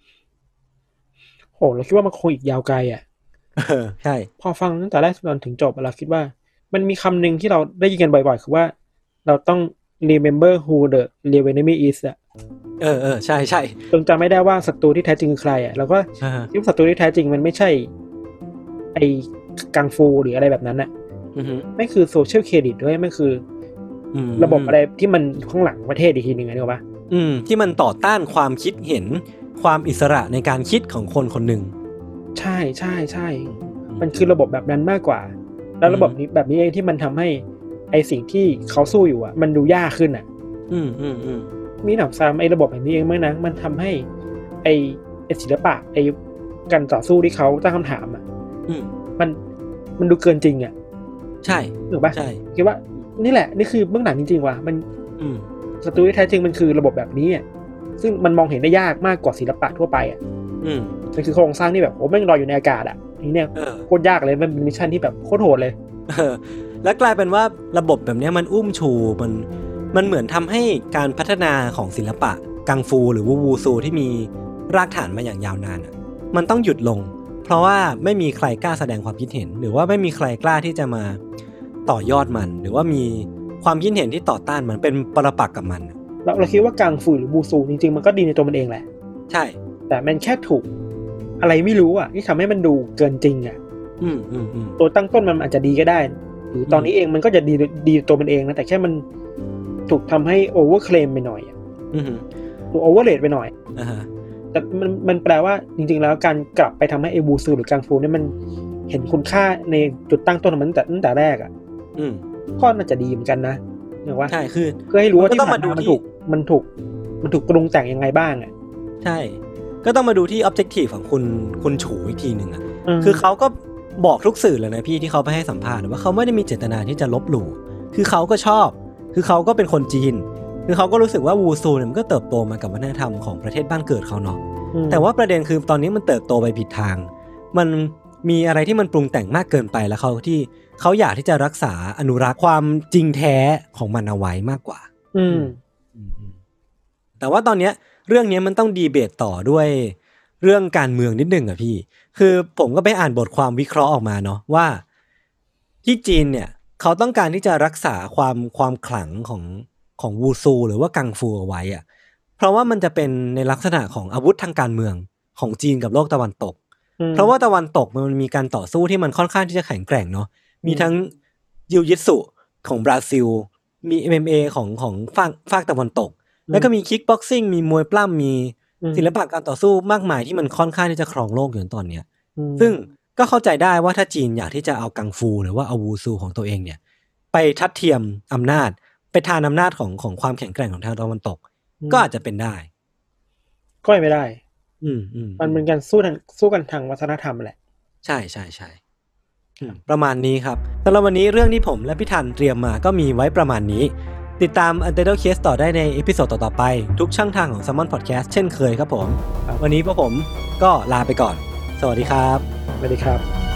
โหเราคิดว่ามันคงอีกยาวไกลอ่ะเออใช่พอฟังตั้งแต่แรกจนถึงจบเราคิดว่ามันมีคำหนึ่งที่เราได้ยินกันบ่อยๆคือว่าเราต้อง remember who the real enemy is อ่ะเออเออใช่ใช่จงจำไม่ได้ว่าศัตรูที่แท้จริงคือใครอ่ะแล้วก็คิดว่าศัตรูที่แท้จริงมันไม่ใช่ไอ้กังฟูหรืออะไรแบบนั้นอ่ะไม่คือโซเชียลเครดิตด้วยไม่คือระบบอะไรที่มันข้างหลังประเทศอีกทีนึงนึกออกปะอืมที่มันต่อต้านความคิดเห็นความอิสระในการคิดของคนคนหนึ่งใช่ใช่ใช่มันคือระบบแบบนั้นมากกว่าแล้วระบบนี้แบบนี้เองที่มันทำให้ไอสิ่งที่เขาสู้อยู่อ่ะมันดูยากขึ้นอ่ะอืมอืมอืมมีหนำซ้ำไอระบบแบบนี้เองมั้งนะมันทำให้ไอไอศิลปะไอการต่อสู้ที่เขาตั้งคำถามอ่ะมันมันดูเกินจริงอ่ะใช่ถูกป่ะใช่คิดว่านี่แหละนี่คือเบื้องหลังจริงๆว่ะมันศัตรูที่แท้จริงมันคือระบบแบบนี้อ่ะซึ่งมันมองเห็นได้ยากมากกว่าศิลปะทั่วไปอ่ะมันคือโครงสร้างที่แบบโอ้แม่งลอยอยู่ในอากาศอ่ะนี่เนี่ยโคตรยากเลยมันเป็นมิชชั่นที่แบบโคตรโหดเลยแล้วกลายเป็นว่าระบบแบบนี้มันอุ้มชูมันมันเหมือนทำให้การพัฒนาของศิลปะกังฟูหรือวูวูซูที่มีรากฐานมาอย่างยาวนานอ่ะมันต้องหยุดลงเพราะว่าไม่มีใครกล้าแสดงความคิดเห็นหรือว่าไม่มีใครกล้าที่จะมาต่อยอดมันหรือว่ามีความคิดเห็นที่ต่อต้านมันเป็นปรปักษ์กับมันเราเราคิดว่ากังฟูหรือวูซูจริงๆมันก็ดีในตัวมันเองแหละใช่แต่มันแค่ถูกอะไรไม่รู้อ่ะที่ทำให้มันดูเกินจริงอ่ะอืมอืมอืมตัวตั้งต้นมันอาจจะดีก็ได้หรือตอนนี้เองมันก็จะดีดีตัวมันเองนะแต่แค่มันถูกทำให้โอเวอร์เคลมไปหน่อยอ่ะถูกโอเวอร์เรทไปหน่อยอ่าฮะแต่มันมันแปลว่าจริงๆแล้วการกลับไปทำให้ไอ้วูซูหรือกังฟูเนี่ยมันเห็นคุณค่าในจุดตั้งต้นของมันตั้งแต่ตั้งแต่แรกอ่ะอืมก็น่าจะดีเหมือนกันนะเห็นว่าใช่คือเพื่อให้รู้ว่าที่ผ่านมามันถูกมันถูกมันถูกปรุงแต่งยังไงบ้างอ่ะใช่ก็ต้องมาดูที่ objective ของคุณคุณฉูอีกทีนึงอ่ะคือเขาก็บอกทุกสื่อเลยนะพี่ที่เขาไปให้สัมภาษณ์ว่าเขาไม่ได้มีเจตนาที่จะลบหลู่คือเขาก็ชอบคือเขาก็เป็นคนจีนคือเขาก็รู้สึกว่าวูซูเนี่ยมันก็เติบโตมากับวัฒนธรรมของประเทศบ้านเกิดเขาเนาะแต่ว่าประเด็นคือตอนนี้มันเติบโตไปผิดทางมันมีอะไรที่มันปรุงแต่งมากเกินไปแล้วเขาที่เขาอยากที่จะรักษาอนุรักษ์ความจริงแท้ของมันเอาไว้มากกว่าอืมแต่ว่าตอนเนี้ยเรื่องนี้มันต้องดีเบตต่อด้วยเรื่องการเมืองนิดนึงอะพี่คือผมก็ไปอ่านบทความวิเคราะห์ออกมาเนาะว่าที่จีนเนี่ยเขาต้องการที่จะรักษาความความขลังของของวูซูหรือว่ากังฟูเอาไว้อะเพราะว่ามันจะเป็นในลักษณะของอาวุธทางการเมืองของจีนกับโลกตะวันตกเพราะว่าตะวันตกมันมีการต่อสู้ที่มันค่อนข้างที่จะแข็งแกร่งเนาะมีทั้งยิวยิตสุของบราซิลมี เอ็ม เอ็ม เอ ของของฝั่งฝั่งตะวันตกแล้วก็มีคิกบ็อกซิ่งมีมวยปล้ำมีศิลปะการต่อสู้มากมายที่มันค่อนข้างที่จะครองโลกอยู่ตอนเนี้ยซึ่งก็เข้าใจได้ว่าถ้าจีนอยากที่จะเอากังฟูหรือว่าเอาวูซูของตัวเองเนี่ยไปทัดเทียมอำนาจไปทานอำนาจของของความแข็งแกร่งของทางตะวันตกก็อาจจะเป็นได้ก็ไม่ได้อืมอืมมันเป็นการสู้ทางสู้กันทางวัฒนธรรมแหละใช่ใช่ใช่ประมาณนี้ครับสำหรับวันนี้เรื่องที่ผมและพี่ทันเตรียมมาก็มีไว้ประมาณนี้ติดตาม Untitled Case ต่อได้ในเอพิโซดต่อๆไปทุกช่องทางของ Salmon Podcast เช่นเคยครับผมวันนี้พวกผมก็ลาไปก่อนสวัสดีครับสวัสดีครับ